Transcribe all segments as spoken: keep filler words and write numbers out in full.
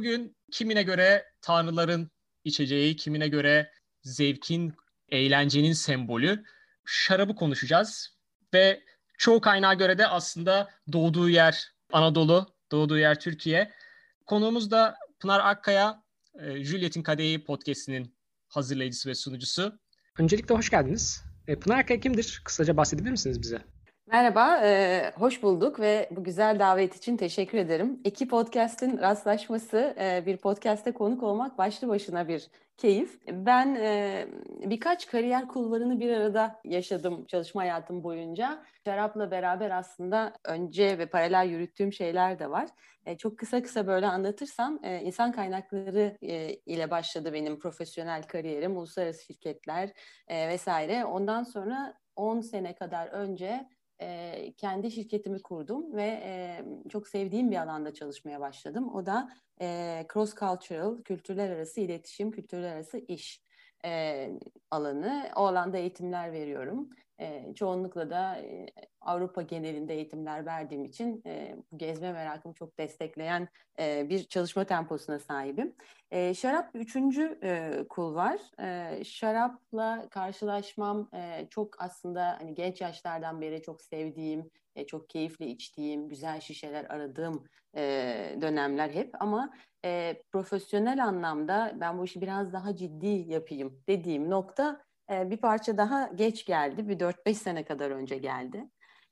bugün kimine göre tanrıların içeceği, kimine göre zevkin, eğlencenin sembolü şarabı konuşacağız. Ve çoğu kaynağa göre de aslında doğduğu yer Anadolu, doğduğu yer Türkiye. Konuğumuz da Pınar Akkaya, e, Juliet'in Kadehi podcast'inin hazırlayıcısı ve sunucusu. Öncelikle hoş geldiniz. E, Pınar Akkaya kimdir? Kısaca bahsedebilir misiniz bize? Merhaba, e, hoş bulduk ve bu güzel davet için teşekkür ederim. İki podcast'in rastlaşması, e, bir podcast'te konuk olmak başlı başına bir keyif. Ben e, birkaç kariyer kulvarını bir arada yaşadım çalışma hayatım boyunca. Şarapla beraber aslında önce ve paralel yürüttüğüm şeyler de var. E, çok kısa kısa böyle anlatırsam, e, insan kaynakları e, ile başladı benim profesyonel kariyerim, uluslararası şirketler e, vesaire. Ondan sonra on sene kadar önce E, kendi şirketimi kurdum ve e, çok sevdiğim bir alanda çalışmaya başladım. O da e, cross-cultural, kültürler arası iletişim, kültürler arası iş e, alanı. O alanda eğitimler veriyorum. E, çoğunlukla da e, Avrupa genelinde eğitimler verdiğim için e, bu gezme merakımı çok destekleyen e, bir çalışma temposuna sahibim. E, şarap üçüncü e, kul var. E, şarapla karşılaşmam e, çok aslında hani genç yaşlardan beri çok sevdiğim, e, çok keyifle içtiğim, güzel şişeler aradığım e, dönemler hep. Ama e, profesyonel anlamda ben bu işi biraz daha ciddi yapayım dediğim nokta e, bir parça daha geç geldi. Bir dört beş sene kadar önce geldi.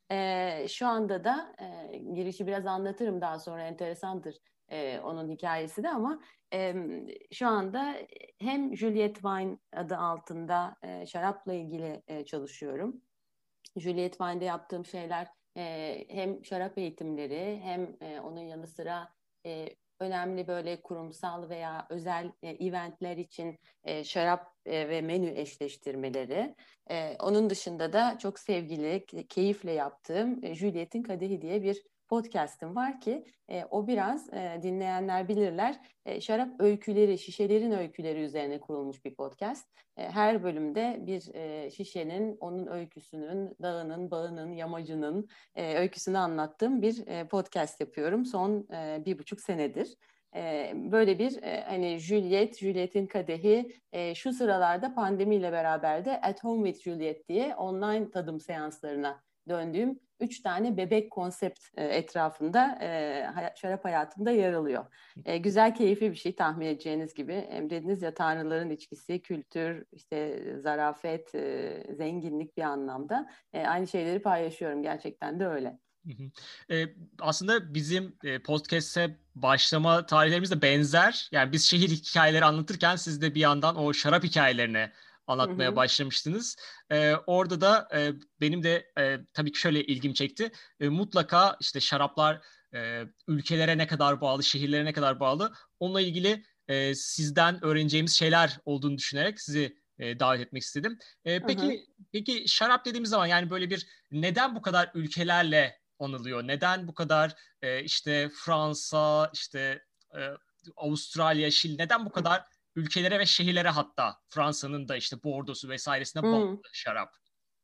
E, şu anda da e, girişi biraz anlatırım daha sonra, enteresandır e, onun hikayesi de, ama e, şu anda hem Juliet Wine adı altında e, şarapla ilgili e, çalışıyorum. Juliet Wine'de yaptığım şeyler e, hem şarap eğitimleri hem e, onun yanı sıra e, önemli böyle kurumsal veya özel e, eventler için e, şarap e, ve menü eşleştirmeleri. E, onun dışında da çok sevgili, keyifle yaptığım e, Juliet'in Kadehi diye bir podcast'im var ki e, o biraz e, dinleyenler bilirler. E, şarap öyküleri, şişelerin öyküleri üzerine kurulmuş bir podcast. E, her bölümde bir e, şişenin, onun öyküsünün, dağının, bağının, yamacının e, öyküsünü anlattığım bir e, podcast yapıyorum. Son e, bir buçuk senedir. E, böyle bir e, hani Juliet, Juliet'in Kadehi e, şu sıralarda pandemiyle beraber de At Home with Juliet diye online tadım seanslarına döndüğüm üç tane bebek konsept e, etrafında e, şarap hayatımda yer alıyor. E, güzel, keyifli bir şey tahmin edeceğiniz gibi. Em dediniz ya, tanrıların içkisi, kültür, işte zarafet, e, zenginlik bir anlamda. E, aynı şeyleri paylaşıyorum. Gerçekten de öyle. Hı hı. Ee, aslında bizim e, podcast'e başlama tarihlerimiz de benzer. Yani biz şehir hikayeleri anlatırken siz de bir yandan o şarap hikayelerini Hı anlatmaya hı. başlamıştınız. Ee, orada da e, benim de e, tabii ki şöyle ilgim çekti. E, mutlaka işte şaraplar e, ülkelere ne kadar bağlı, şehirlere ne kadar bağlı. Onunla ilgili e, sizden öğreneceğimiz şeyler olduğunu düşünerek sizi e, davet etmek istedim. E, Hı hı. peki, peki şarap dediğimiz zaman yani böyle bir neden bu kadar ülkelerle anılıyor? Neden bu kadar e, işte Fransa, işte e, Avustralya, Şili, neden bu kadar ülkelere ve şehirlere, hatta Fransa'nın da işte Bordeaux'u vesairesine bağlı Hı. şarap?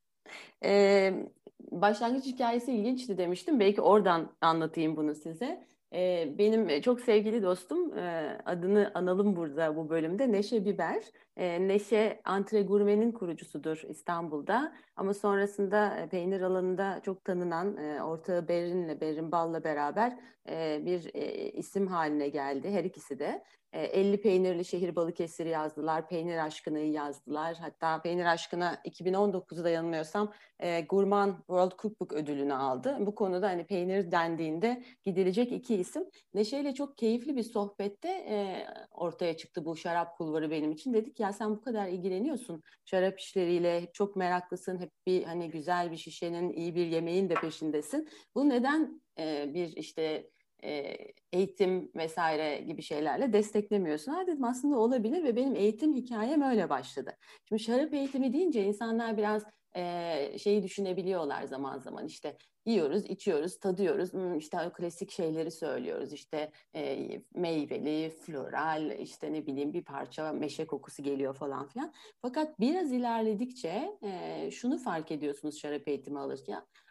Ee, başlangıç hikayesi ilginçti demiştim. Belki oradan anlatayım bunu size. Ee, benim çok sevgili dostum, e, adını analım burada bu bölümde, Neşe Biber. Ee, Neşe Antre Gurme'nin kurucusudur İstanbul'da. Ama sonrasında e, peynir alanında çok tanınan e, ortağı Berrin'le, Berrin Bal'la beraber e, bir e, isim haline geldi. Her ikisi de. E, elli peynirli şehir Balıkesir'i yazdılar. Peynir Aşkına'yı yazdılar. Hatta Peynir Aşkına iki bin on dokuzda yanılmıyorsam e, Gurman World Cookbook ödülünü aldı. Bu konuda hani peynir dendiğinde gidilecek iki isim. Neşe ile çok keyifli bir sohbette e, ortaya çıktı bu şarap kulvarı benim için. Dedik ya, sen bu kadar ilgileniyorsun şarap işleriyle, hep çok meraklısın, hep bir hani güzel bir şişenin, iyi bir yemeğin de peşindesin. Bu neden e, bir işte e, eğitim vesaire gibi şeylerle desteklemiyorsun? Ha dedim, aslında olabilir ve benim eğitim hikayem öyle başladı. Şimdi şarap eğitimi deyince insanlar biraz e, şeyi düşünebiliyorlar zaman zaman, işte yiyoruz, içiyoruz, tadıyoruz, hmm, işte o klasik şeyleri söylüyoruz, işte e, meyveli, floral, işte ne bileyim bir parça meşe kokusu geliyor falan filan. Fakat biraz ilerledikçe e, şunu fark ediyorsunuz şarap eğitimi alırken.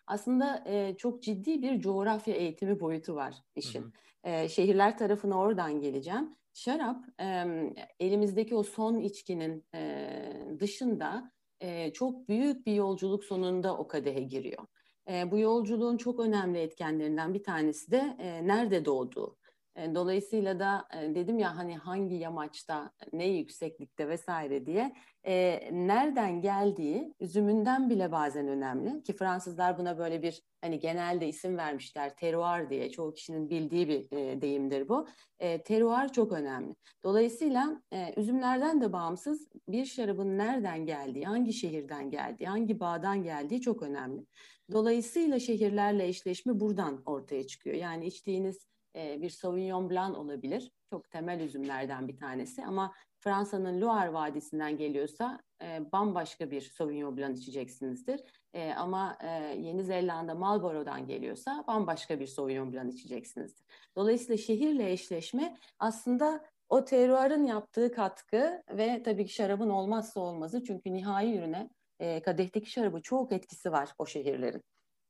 aslında e, çok ciddi bir coğrafya eğitimi boyutu var işin. Hı hı. E, şehirler tarafına oradan geleceğim. Şarap e, elimizdeki o son içkinin e, dışında e, çok büyük bir yolculuk sonunda o kadehe giriyor. E, bu yolculuğun çok önemli etkenlerinden bir tanesi de e, nerede doğduğu. E, dolayısıyla da e, dedim ya hani hangi yamaçta, ne yükseklikte vesaire diye e, nereden geldiği üzümünden bile bazen önemli ki Fransızlar buna böyle bir hani genelde isim vermişler terroir diye çoğu kişinin bildiği bir e, deyimdir bu. E, terroir çok önemli. Dolayısıyla e, üzümlerden de bağımsız bir şarabın nereden geldiği, hangi şehirden geldiği, hangi bağdan geldiği çok önemli. Dolayısıyla şehirlerle eşleşme buradan ortaya çıkıyor. Yani içtiğiniz e, bir Sauvignon Blanc olabilir. Çok temel üzümlerden bir tanesi ama Fransa'nın Loire Vadisi'nden geliyorsa e, bambaşka bir Sauvignon Blanc içeceksinizdir. E, ama e, Yeni Zelanda Marlboro'dan geliyorsa bambaşka bir Sauvignon Blanc içeceksinizdir. Dolayısıyla şehirle eşleşme aslında o terroirın yaptığı katkı ve tabii ki şarabın olmazsa olmazı çünkü nihai ürüne e, kadehteki şarabı çok etkisi var o şehirlerin.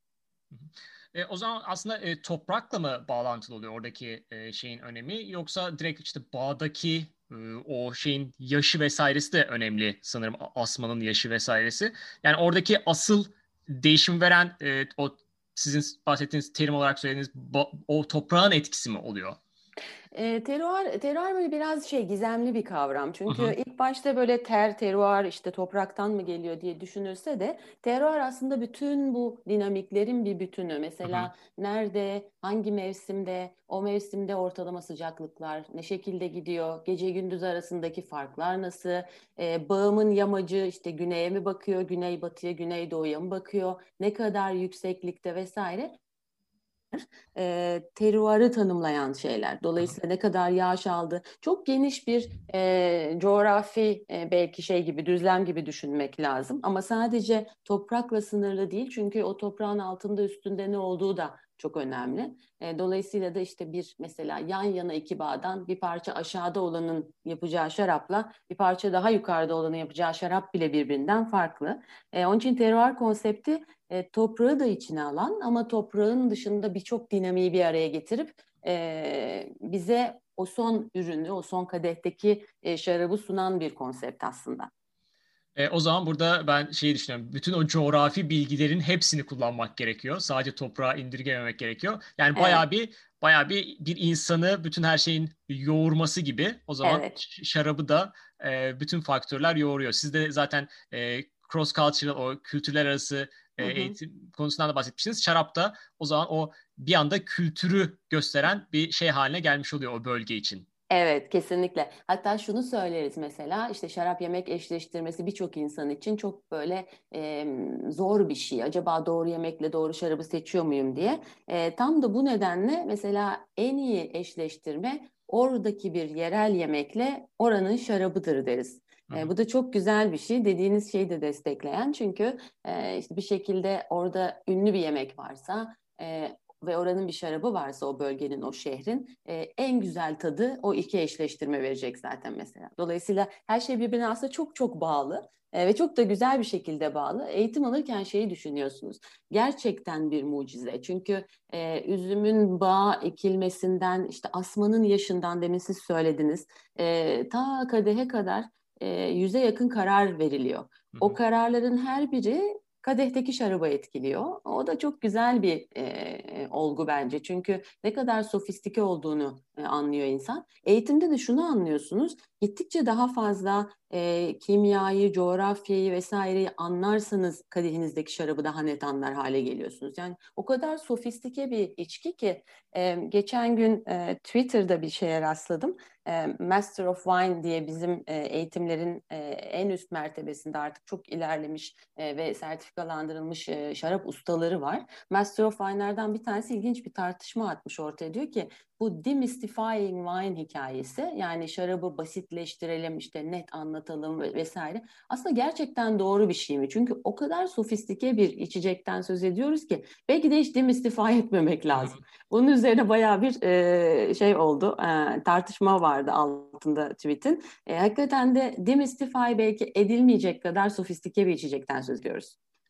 E, o zaman aslında e, toprakla mı bağlantılı oluyor oradaki e, şeyin önemi yoksa direkt işte bağdaki e, o şeyin yaşı vesairesi de önemli sanırım asmanın yaşı vesairesi. Yani oradaki asıl değişim veren e, o sizin bahsettiğiniz terim olarak söylediğiniz ba- o toprağın etkisi mi oluyor? E, terroir, terroir böyle biraz şey gizemli bir kavram. Hı Çünkü hı. ilk başta böyle ter, terroir işte topraktan mı geliyor diye düşünülse de terroir aslında bütün bu dinamiklerin bir bütünü. Hı hı. Mesela nerede, hangi mevsimde, o mevsimde ortalama sıcaklıklar ne şekilde gidiyor, gece gündüz arasındaki farklar nasıl, e, bağımın yamacı işte güneye mi bakıyor, güneybatıya, güneydoğuya mı bakıyor, ne kadar yükseklikte vesaire e, terroirı tanımlayan şeyler. Hı hı. Dolayısıyla ne kadar yağış aldı. Çok geniş bir e, coğrafi e, belki şey gibi düzlem gibi düşünmek lazım. Ama sadece toprakla sınırlı değil. Çünkü o toprağın altında üstünde ne olduğu da çok önemli. E, dolayısıyla da işte bir mesela yan yana iki bağdan bir parça aşağıda olanın yapacağı şarapla bir parça daha yukarıda olanın yapacağı şarap bile birbirinden farklı. E, onun için terroir konsepti e, toprağı da içine alan ama toprağın dışında birçok dinamiği bir araya getirip e, bize o son ürünü, o son kadehteki e, şarabı sunan bir konsept aslında. E, o zaman burada ben şeyi düşünüyorum. Bütün o coğrafi bilgilerin hepsini kullanmak gerekiyor. Sadece toprağa indirgememek gerekiyor. Yani Evet, bayağı bir bayağı bir bir insanı bütün her şeyin yoğurması gibi. O zaman evet. ş- şarabı da e, bütün faktörler yoğuruyor. Siz de zaten e, cross cultural o kültürler arası e, Hı hı. eğitim konusundan da bahsetmiştiniz. Şarap da o zaman o bir anda kültürü gösteren bir şey haline gelmiş oluyor o bölge için. Evet, kesinlikle. Hatta şunu söyleriz mesela işte şarap yemek eşleştirmesi birçok insan için çok böyle e, zor bir şey. Acaba doğru yemekle doğru şarabı seçiyor muyum diye. E, tam da bu nedenle mesela en iyi eşleştirme oradaki bir yerel yemekle oranın şarabıdır deriz. Hı E, hı. bu da çok güzel bir şey. Dediğiniz şeyi de destekleyen çünkü e, işte bir şekilde orada ünlü bir yemek varsa e, ve oranın bir şarabı varsa o bölgenin, o şehrin e, en güzel tadı o iki eşleştirme verecek zaten mesela. Dolayısıyla her şey birbirine aslında çok çok bağlı e, ve çok da güzel bir şekilde bağlı. Eğitim alırken şeyi düşünüyorsunuz. Gerçekten bir mucize. Çünkü e, üzümün bağa ekilmesinden, işte asmanın yaşından demin siz söylediniz, e, ta kadehe kadar e, yüze yakın karar veriliyor. Hı O hı. kararların her biri kadehteki şarabı etkiliyor. O da çok güzel bir e, olgu bence. Çünkü ne kadar sofistike olduğunu e, anlıyor insan. Eğitimde de şunu anlıyorsunuz. Gittikçe daha fazla e, kimyayı, coğrafyayı vesaireyi anlarsanız kadehinizdeki şarabı daha net anlar hale geliyorsunuz. Yani o kadar sofistike bir içki ki e, geçen gün e, Twitter'da bir şeye rastladım. E, Master of Wine diye bizim e, eğitimlerin e, en üst mertebesinde artık çok ilerlemiş e, ve sertifikalandırılmış e, şarap ustaları var. Master of Wine'lardan bir tanesi ilginç bir tartışma atmış ortaya. Diyor ki bu demystifying wine hikayesi yani şarabı basitleştirelim işte net anlatalım vesaire aslında gerçekten doğru bir şey mi? Çünkü o kadar sofistike bir içecekten söz ediyoruz ki belki de hiç demystify etmemek Hı lazım. hı. Bunun üzerine bayağı bir e, şey oldu e, tartışma vardı altında tweet'in. E, hakikaten de demystify belki edilmeyecek kadar sofistike bir içecekten söz ediyoruz.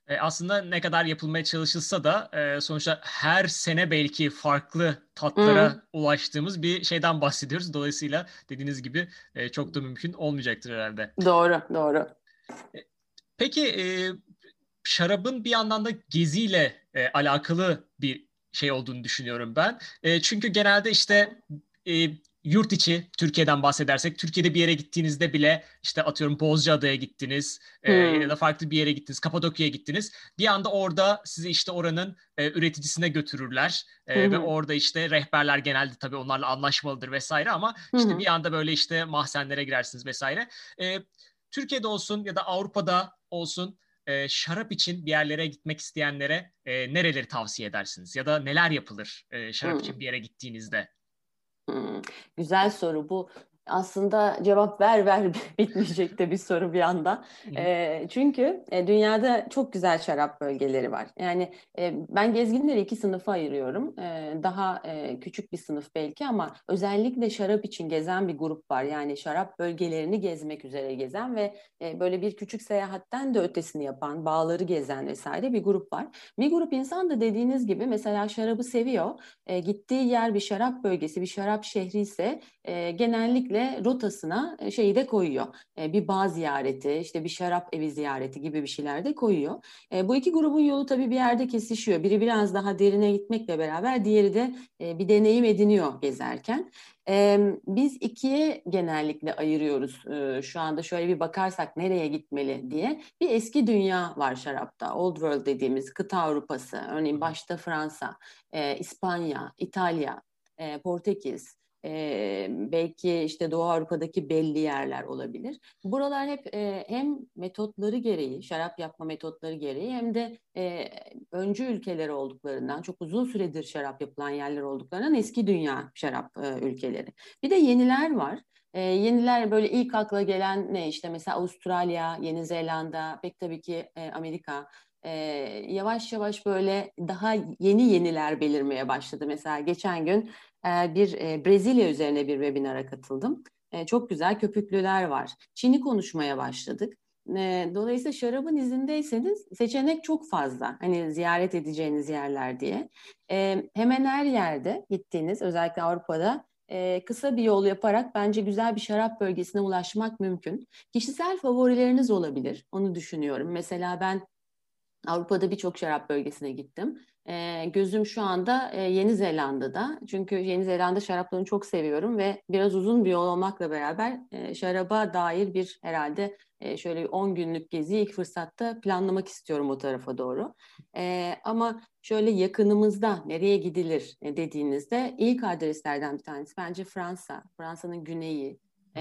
E, aslında ne kadar yapılmaya çalışılsa da e, sonuçta her sene belki farklı Hı, tatlara ulaştığımız bir şeyden bahsediyoruz. Dolayısıyla dediğiniz gibi e, çok da mümkün olmayacaktır herhalde. doğru, doğru. E, Peki e, şarabın bir yandan da geziyle e, alakalı bir şey olduğunu düşünüyorum ben. E, çünkü genelde işte e, yurt içi Türkiye'den bahsedersek Türkiye'de bir yere gittiğinizde bile işte atıyorum Bozcaada'ya gittiniz e, ya Hı, da farklı bir yere gittiniz, Kapadokya'ya gittiniz. Bir anda orada sizi işte oranın e, üreticisine götürürler. hı E, ve hı, orada işte rehberler genelde tabii onlarla anlaşmalıdır vesaire ama hı işte hı. bir anda böyle işte mahzenlere girersiniz vesaire. E, Türkiye'de olsun ya da Avrupa'da olsun e, şarap için bir yerlere gitmek isteyenlere e, nereleri tavsiye edersiniz? Ya da neler yapılır e, şarap Hı. için bir yere gittiğinizde? Hmm, güzel soru bu. Aslında cevap ver ver bitmeyecek de bir soru bir anda. Hı hı. E, çünkü e, dünyada çok güzel şarap bölgeleri var. Yani e, ben gezginleri iki sınıfa ayırıyorum. E, daha e, küçük bir sınıf belki ama özellikle şarap için gezen bir grup var. Yani şarap bölgelerini gezmek üzere gezen ve e, böyle bir küçük seyahatten de ötesini yapan, bağları gezen vesaire bir grup var. Bir grup insan da dediğiniz gibi mesela şarabı seviyor. E, gittiği yer bir şarap bölgesi, bir şarap şehri ise e, genellikle rotasına e, şeyi de koyuyor. E, bir bağ ziyareti, işte bir şarap evi ziyareti gibi bir şeyler de koyuyor. E, bu iki grubun yolu tabii bir yerde kesişiyor. Biri biraz daha derine gitmekle beraber diğeri de e, bir deneyim ediniyor gezerken. E, biz ikiye genellikle ayırıyoruz. E, şu anda şöyle bir bakarsak nereye gitmeli diye. Bir eski dünya var şarapta. Old World dediğimiz kıta Avrupası. Örneğin başta Fransa, e, İspanya, İtalya, e, Portekiz, e, belki işte Doğu Avrupa'daki belli yerler olabilir. Buralar hep e, hem metotları gereği, şarap yapma metotları gereği hem de e, öncü ülkeler olduklarından, çok uzun süredir şarap yapılan yerler olduklarından eski dünya şarap e, ülkeleri. Bir de yeniler var. E, yeniler böyle ilk akla gelen ne işte mesela Avustralya, Yeni Zelanda, pek tabii ki e, Amerika. Ee, yavaş yavaş böyle daha yeni yeniler belirmeye başladı. Mesela geçen gün e, bir e, Brezilya üzerine bir webinara katıldım. E, çok güzel köpüklüler var. Çin'i konuşmaya başladık. E, dolayısıyla şarabın izindeyseniz seçenek çok fazla. Hani ziyaret edeceğiniz yerler diye. E, hemen her yerde gittiğiniz, özellikle Avrupa'da e, kısa bir yol yaparak bence güzel bir şarap bölgesine ulaşmak mümkün. Kişisel favorileriniz olabilir. Onu düşünüyorum. Mesela ben Avrupa'da birçok şarap bölgesine gittim. E, gözüm şu anda e, Yeni Zelanda'da. Çünkü Yeni Zelanda şaraplarını çok seviyorum ve biraz uzun bir yol olmakla beraber e, şaraba dair bir herhalde e, şöyle on günlük geziyi ilk fırsatta planlamak istiyorum o tarafa doğru. E, ama şöyle yakınımızda nereye gidilir e, dediğinizde ilk adreslerden bir tanesi bence Fransa. Fransa'nın güneyi,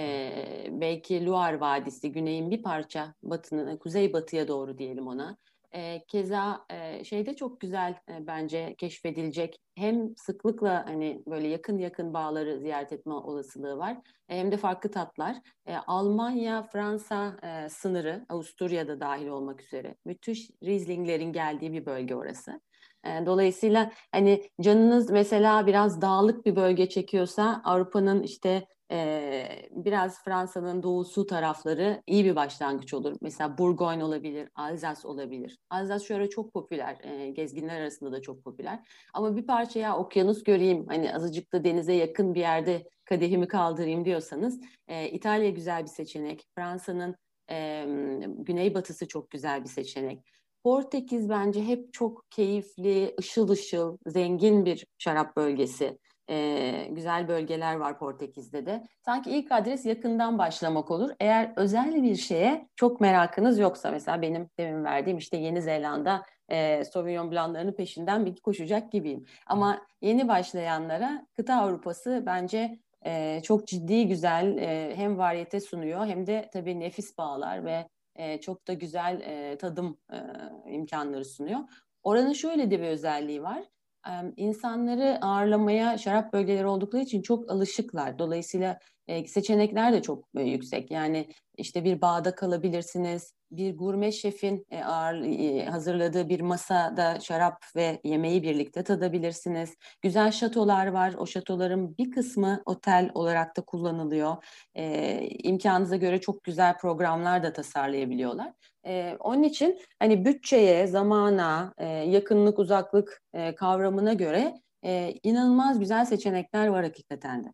e, belki Loire Vadisi, güneyin bir parça batının, kuzey batıya doğru diyelim ona. E, keza e, şeyde çok güzel e, bence keşfedilecek hem sıklıkla hani böyle yakın yakın bağları ziyaret etme olasılığı var e, hem de farklı tatlar. E, Almanya, Fransa e, sınırı, Avusturya'da dahil olmak üzere müthiş Riesling'lerin geldiği bir bölge orası. E, dolayısıyla hani canınız mesela biraz dağlık bir bölge çekiyorsa Avrupa'nın işte ee, biraz Fransa'nın doğusu tarafları iyi bir başlangıç olur. Mesela Bourgogne olabilir, Alsace olabilir. Alsace şöyle çok popüler, e, gezginler arasında da çok popüler. Ama bir parça ya okyanus göreyim, hani azıcık da denize yakın bir yerde kadehimi kaldırayım diyorsanız e, İtalya güzel bir seçenek. Fransa'nın e, güneybatısı çok güzel bir seçenek. Portekiz bence hep çok keyifli, ışıl ışıl, zengin bir şarap bölgesi. Ee, güzel bölgeler var Portekiz'de de. Sanki ilk adres yakından başlamak olur. Eğer özel bir şeye çok merakınız yoksa mesela benim demin verdiğim işte Yeni Zelanda e, Sauvignon Blanc'larının peşinden bir koşacak gibiyim. Ama yeni başlayanlara kıta Avrupası bence e, çok ciddi güzel e, hem variyete sunuyor hem de tabii nefis bağlar ve e, çok da güzel e, tadım e, imkanları sunuyor. Oranın şöyle de bir özelliği var. İnsanları ağırlamaya şarap bölgeleri oldukları için çok alışıklar. Dolayısıyla E, seçenekler de çok e, yüksek. Yani işte bir bağda kalabilirsiniz. Bir gurme şefin e, ağır, e, hazırladığı bir masada şarap ve yemeği birlikte tadabilirsiniz. Güzel şatolar var. O şatoların bir kısmı otel olarak da kullanılıyor. E, imkanınıza göre çok güzel programlar da tasarlayabiliyorlar. E, onun için hani bütçeye, zamana, e, yakınlık, uzaklık e, kavramına göre e, inanılmaz güzel seçenekler var hakikaten de.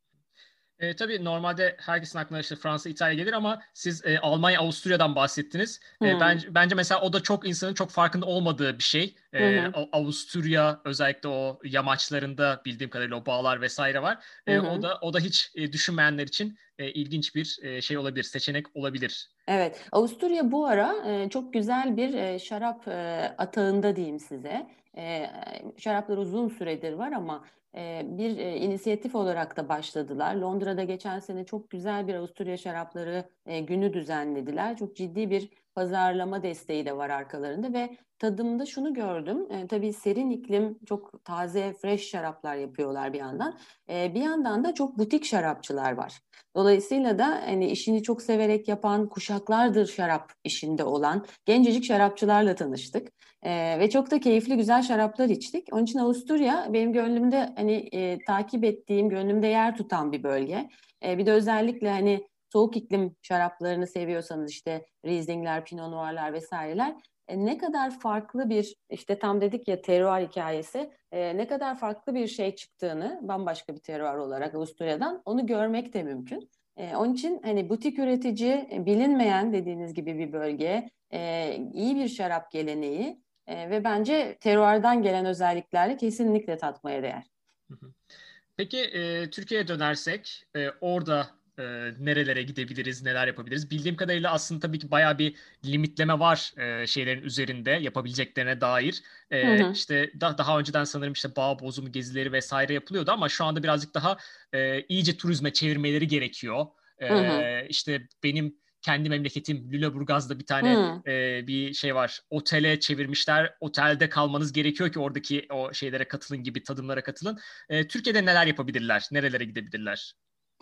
E, tabii normalde herkesin aklına işte Fransa, İtalya gelir ama siz e, Almanya, Avusturya'dan bahsettiniz. E, Hmm. bence, bence mesela o da çok insanın çok farkında olmadığı bir şey. Hı E, hı. A- Avusturya özellikle o yamaçlarında bildiğim kadarıyla o bağlar vesaire var. Hı E, o hı. da o da hiç e, düşünmeyenler için e, ilginç bir e, şey olabilir, seçenek olabilir. Evet, Avusturya bu ara e, çok güzel bir e, şarap e, atağında diyeyim size. E, şaraplar uzun süredir var ama e, bir e, inisiyatif olarak da başladılar. Londra'da geçen sene çok güzel bir Avusturya şarapları e, günü düzenlediler. Çok ciddi bir pazarlama desteği de var arkalarında ve tadımda şunu gördüm. E, tabii serin iklim çok taze, fresh şaraplar yapıyorlar bir yandan. E, bir yandan da çok butik şarapçılar var. Dolayısıyla da hani işini çok severek yapan, kuşaklardır şarap işinde olan gencecik şarapçılarla tanıştık. Ee, ve çok da keyifli güzel şaraplar içtik. Onun için Avusturya benim gönlümde hani e, takip ettiğim, gönlümde yer tutan bir bölge. E, bir de özellikle hani soğuk iklim şaraplarını seviyorsanız işte Riesling'ler, Pinot Noir'lar vesaireler e, ne kadar farklı bir işte tam dedik ya terroir hikayesi e, ne kadar farklı bir şey çıktığını bambaşka bir terroir olarak Avusturya'dan onu görmek de mümkün. E, onun için hani butik üretici e, bilinmeyen dediğiniz gibi bir bölge e, iyi bir şarap geleneği e, ve bence terroirden gelen özelliklerle kesinlikle tatmaya değer. Hı hı. Peki e, Türkiye'ye dönersek e, orada e, nerelere gidebiliriz, neler yapabiliriz? Bildiğim kadarıyla aslında tabii ki bayağı bir limitleme var e, şeylerin üzerinde yapabileceklerine dair. Hı E, hı, işte da, daha önceden sanırım işte bağ bozumu gezileri vesaire yapılıyordu ama şu anda birazcık daha e, iyice turizme çevirmeleri gerekiyor. hı hı, E, işte benim kendi memleketim Lüleburgaz'da bir tane hı. e, bir şey var. Otele çevirmişler. Otelde kalmanız gerekiyor ki oradaki o şeylere katılın gibi tadımlara katılın. E, Türkiye'de neler yapabilirler? Nerelere gidebilirler?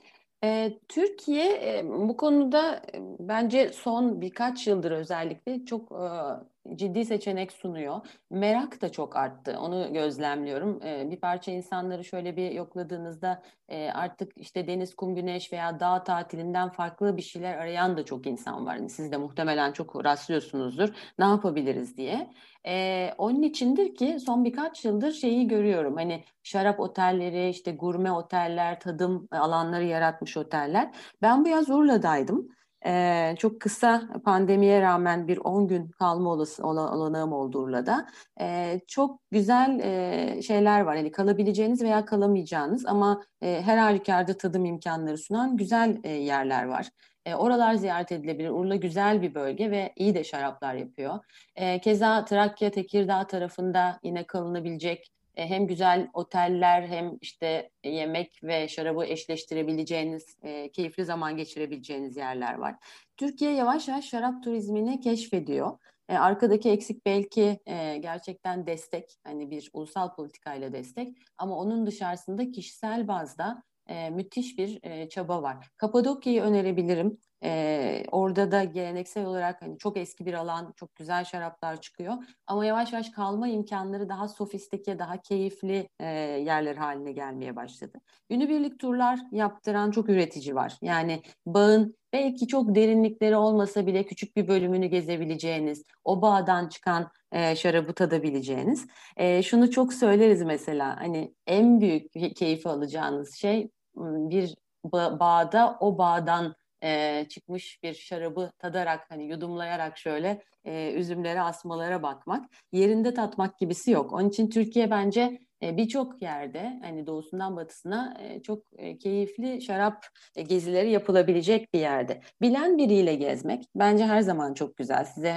E, Türkiye e, bu konuda e, bence son birkaç yıldır özellikle çok e, ciddi seçenek sunuyor. Merak da çok arttı. Onu gözlemliyorum. E, bir parça insanları şöyle bir yokladığınızda e, artık işte deniz, kum, güneş veya dağ tatilinden farklı bir şeyler arayan da çok insan var. Yani siz de muhtemelen çok rastlıyorsunuzdur. Ne yapabiliriz diye. E, onun içindir ki son birkaç yıldır şeyi görüyorum. Hani şarap otelleri, işte gurme oteller, tadım alanları yaratmış oteller. Ben bu yaz Urla'daydım. Ee, çok kısa pandemiye rağmen bir on gün kalma olası, ola- olanağım oldu Urla'da. Ee, çok güzel e, şeyler var. Yani kalabileceğiniz veya kalamayacağınız ama e, her halükarda tadım imkanları sunan güzel e, yerler var. E, oralar ziyaret edilebilir. Urla güzel bir bölge ve iyi de şaraplar yapıyor. E, keza Trakya, Tekirdağ tarafında yine kalınabilecek e, hem güzel oteller hem işte yemek ve şarabı eşleştirebileceğiniz, e, keyifli zaman geçirebileceğiniz yerler var. Türkiye yavaş yavaş şarap turizmini keşfediyor. E, arkadaki eksik belki e, gerçekten destek, hani bir ulusal politikayla destek ama onun dışarısında kişisel bazda e, müthiş bir e, çaba var. Kapadokya'yı önerebilirim. E, orada da geleneksel olarak hani çok eski bir alan, çok güzel şaraplar çıkıyor. Ama yavaş yavaş kalma imkanları daha sofistike, daha keyifli e, yerler haline gelmeye başladı. Günübirlik turlar yaptıran çok üretici var. Yani bağın belki çok derinlikleri olmasa bile küçük bir bölümünü gezebileceğiniz, o bağdan çıkan e, şarabı tadabileceğiniz. E, şunu çok söyleriz mesela, hani en büyük keyfi alacağınız şey bir ba- bağda o bağdan e, çıkmış bir şarabı tadarak hani yudumlayarak şöyle e, üzümlere asmalara bakmak yerinde tatmak gibisi yok. Onun için Türkiye bence e, birçok yerde hani doğusundan batısına e, çok e, keyifli şarap e, gezileri yapılabilecek bir yerde. Bilen biriyle gezmek bence her zaman çok güzel. Size hani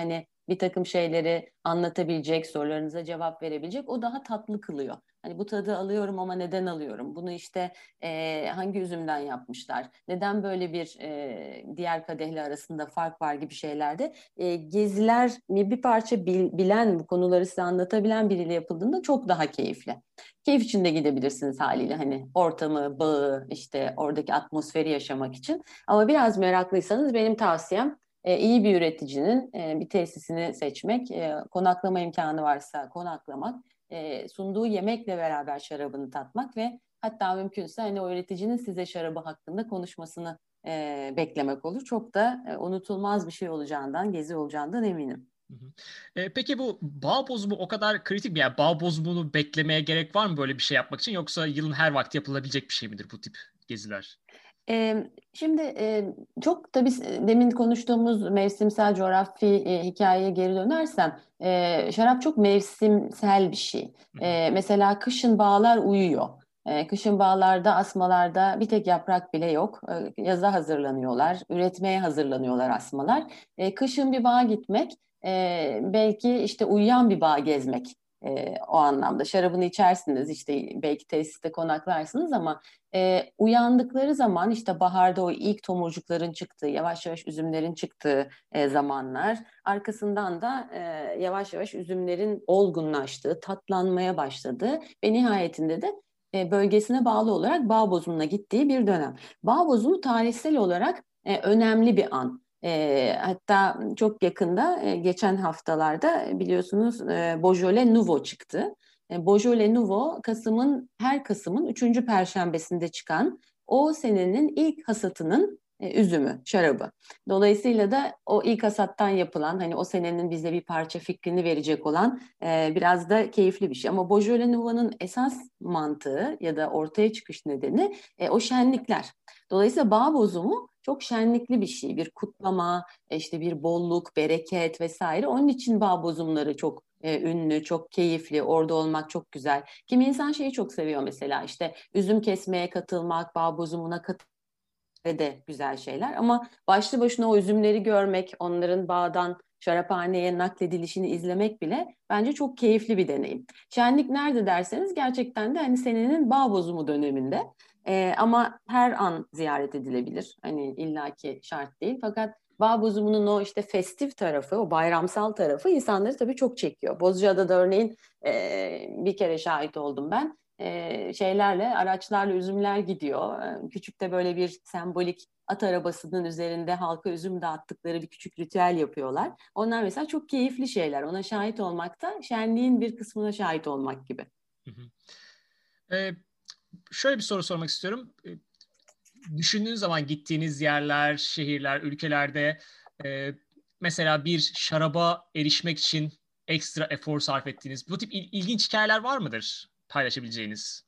bir takım şeyleri anlatabilecek, sorularınıza cevap verebilecek. O daha tatlı kılıyor. Hani bu tadı alıyorum ama neden alıyorum? Bunu işte e, hangi üzümden yapmışlar? Neden böyle bir e, diğer kadehle arasında fark var gibi şeylerde e, geziler bir parça bil, bilen, bu konuları size anlatabilen biriyle yapıldığında çok daha keyifli. Keyif içinde gidebilirsiniz haliyle, hani ortamı, bağı, işte oradaki atmosferi yaşamak için. Ama biraz meraklıysanız benim tavsiyem e, iyi bir üreticinin e, bir tesisini seçmek, e, konaklama imkanı varsa konaklamak, e, sunduğu yemekle beraber şarabını tatmak ve hatta mümkünse hani o üreticinin size şarabı hakkında konuşmasını e, beklemek olur. Çok da e, unutulmaz bir şey olacağından, gezi olacağından eminim. Hı hı. E, peki bu bağ bozumu o kadar kritik mi? Yani bağ bozumunu beklemeye gerek var mı böyle bir şey yapmak için? Yoksa yılın her vakti yapılabilecek bir şey midir bu tip geziler? Ee, şimdi e, çok tabii demin konuştuğumuz mevsimsel coğrafi e, hikayeye geri dönersem e, şarap çok mevsimsel bir şey. Hı hı. E, mesela kışın bağlar uyuyor. E, kışın bağlarda, asmalarda bir tek yaprak bile yok. E, yaza hazırlanıyorlar, üretmeye hazırlanıyorlar asmalar. E, kışın bir bağa gitmek, e, belki işte uyuyan bir bağ gezmek. E, o anlamda şarabını içersiniz, işte belki tesiste konaklarsınız ama e, uyandıkları zaman işte baharda o ilk tomurcukların çıktığı, yavaş yavaş üzümlerin çıktığı e, zamanlar. Arkasından da e, yavaş yavaş üzümlerin olgunlaştığı, tatlanmaya başladığı ve nihayetinde de e, bölgesine bağlı olarak bağ bozumuna gittiği bir dönem. Bağ bozumu tarihsel olarak e, önemli bir an. E, hatta çok yakında, e, geçen haftalarda biliyorsunuz e, Beaujolais Nouveau çıktı. E, Beaujolais Nouveau, Kasım'ın her Kasım'ın üçüncü Perşembesinde çıkan o senenin ilk hasatının e, üzümü, şarabı. Dolayısıyla da o ilk hasattan yapılan, hani o senenin bize bir parça fikrini verecek olan e, biraz da keyifli bir şey. Ama Beaujolais Nouveau'nun esas mantığı ya da ortaya çıkış nedeni e, o şenlikler. Dolayısıyla bağ bozumu çok şenlikli bir şey, bir kutlama, e, işte bir bolluk, bereket vesaire. Onun için bağ bozumları çok e, ünlü, çok keyifli, orada olmak çok güzel. Kimi insan şeyi çok seviyor, mesela işte üzüm kesmeye katılmak, bağ bozumuna katılmak de güzel şeyler. Ama başlı başına o üzümleri görmek, onların bağdan şaraphaneye nakledilişini izlemek bile bence çok keyifli bir deneyim. Şenlik nerede derseniz, gerçekten de hani senenin bağ bozumu döneminde. Ee, ama her an ziyaret edilebilir. Hani illaki şart değil. Fakat bağ bozumunun o işte festif tarafı, o bayramsal tarafı insanları tabii çok çekiyor. Bozcaada'da örneğin e, bir kere şahit oldum ben. E, şeylerle, araçlarla üzümler gidiyor. E, küçük de böyle bir sembolik at arabasının üzerinde halka üzüm dağıttıkları bir küçük ritüel yapıyorlar. Onlar mesela çok keyifli şeyler. Ona şahit olmak da şenliğin bir kısmına şahit olmak gibi. Hı hı. E, şöyle bir soru sormak istiyorum. E, düşündüğünüz zaman gittiğiniz yerler, şehirler, ülkelerde e, mesela bir şaraba erişmek için ekstra efor sarf ettiğiniz bu tip il- ilginç hikayeler var mıdır paylaşabileceğiniz?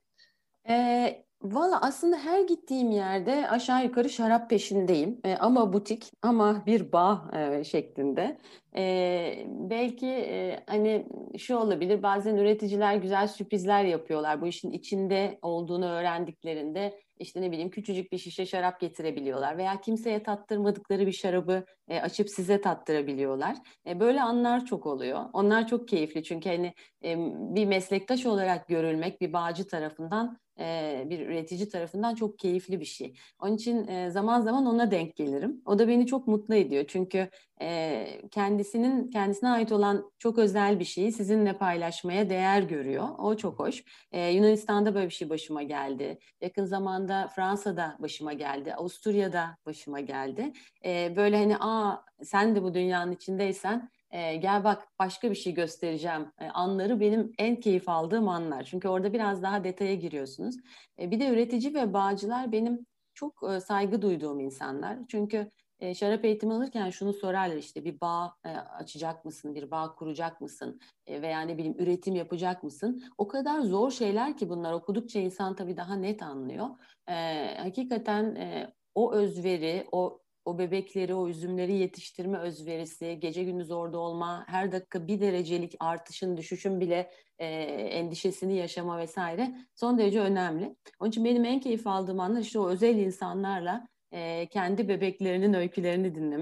E, valla aslında her gittiğim yerde aşağı yukarı şarap peşindeyim. E, ama butik, ama bir bağ e, şeklinde. E, belki e, hani şu olabilir, bazen üreticiler güzel sürprizler yapıyorlar. Bu işin içinde olduğunu öğrendiklerinde işte ne bileyim küçücük bir şişe şarap getirebiliyorlar. Veya kimseye tattırmadıkları bir şarabı e, açıp size tattırabiliyorlar. E, böyle anlar çok oluyor. Onlar çok keyifli, çünkü hani e, bir meslektaş olarak görülmek bir bağcı tarafından, e, bir üretici tarafından çok keyifli bir şey. Onun için e, zaman zaman ona denk gelirim. O da beni çok mutlu ediyor. Çünkü e, kendisinin kendisine ait olan çok özel bir şeyi sizinle paylaşmaya değer görüyor. O çok hoş. E, Yunanistan'da böyle bir şey başıma geldi. Yakın zamanda Fransa'da başıma geldi. Avusturya'da başıma geldi. E, böyle hani aa, sen de bu dünyanın içindeysen e, gel bak başka bir şey göstereceğim e, anları benim en keyif aldığım anlar. Çünkü orada biraz daha detaya giriyorsunuz. E, bir de üretici ve bağcılar benim çok e, saygı duyduğum insanlar. Çünkü e, şarap eğitimi alırken şunu sorarlar, işte bir bağ e, açacak mısın, bir bağ kuracak mısın e, veya ne bileyim üretim yapacak mısın? O kadar zor şeyler ki bunlar, okudukça insan tabii daha net anlıyor. E, hakikaten e, o özveri, o o bebekleri, o üzümleri yetiştirme özverisi, gece gündüz orada olma, her dakika bir derecelik artışın, düşüşün bile e, endişesini yaşama vesaire son derece önemli. Onun için benim en keyif aldığım anlar işte o özel insanlarla e, kendi bebeklerinin öykülerini dinlemek.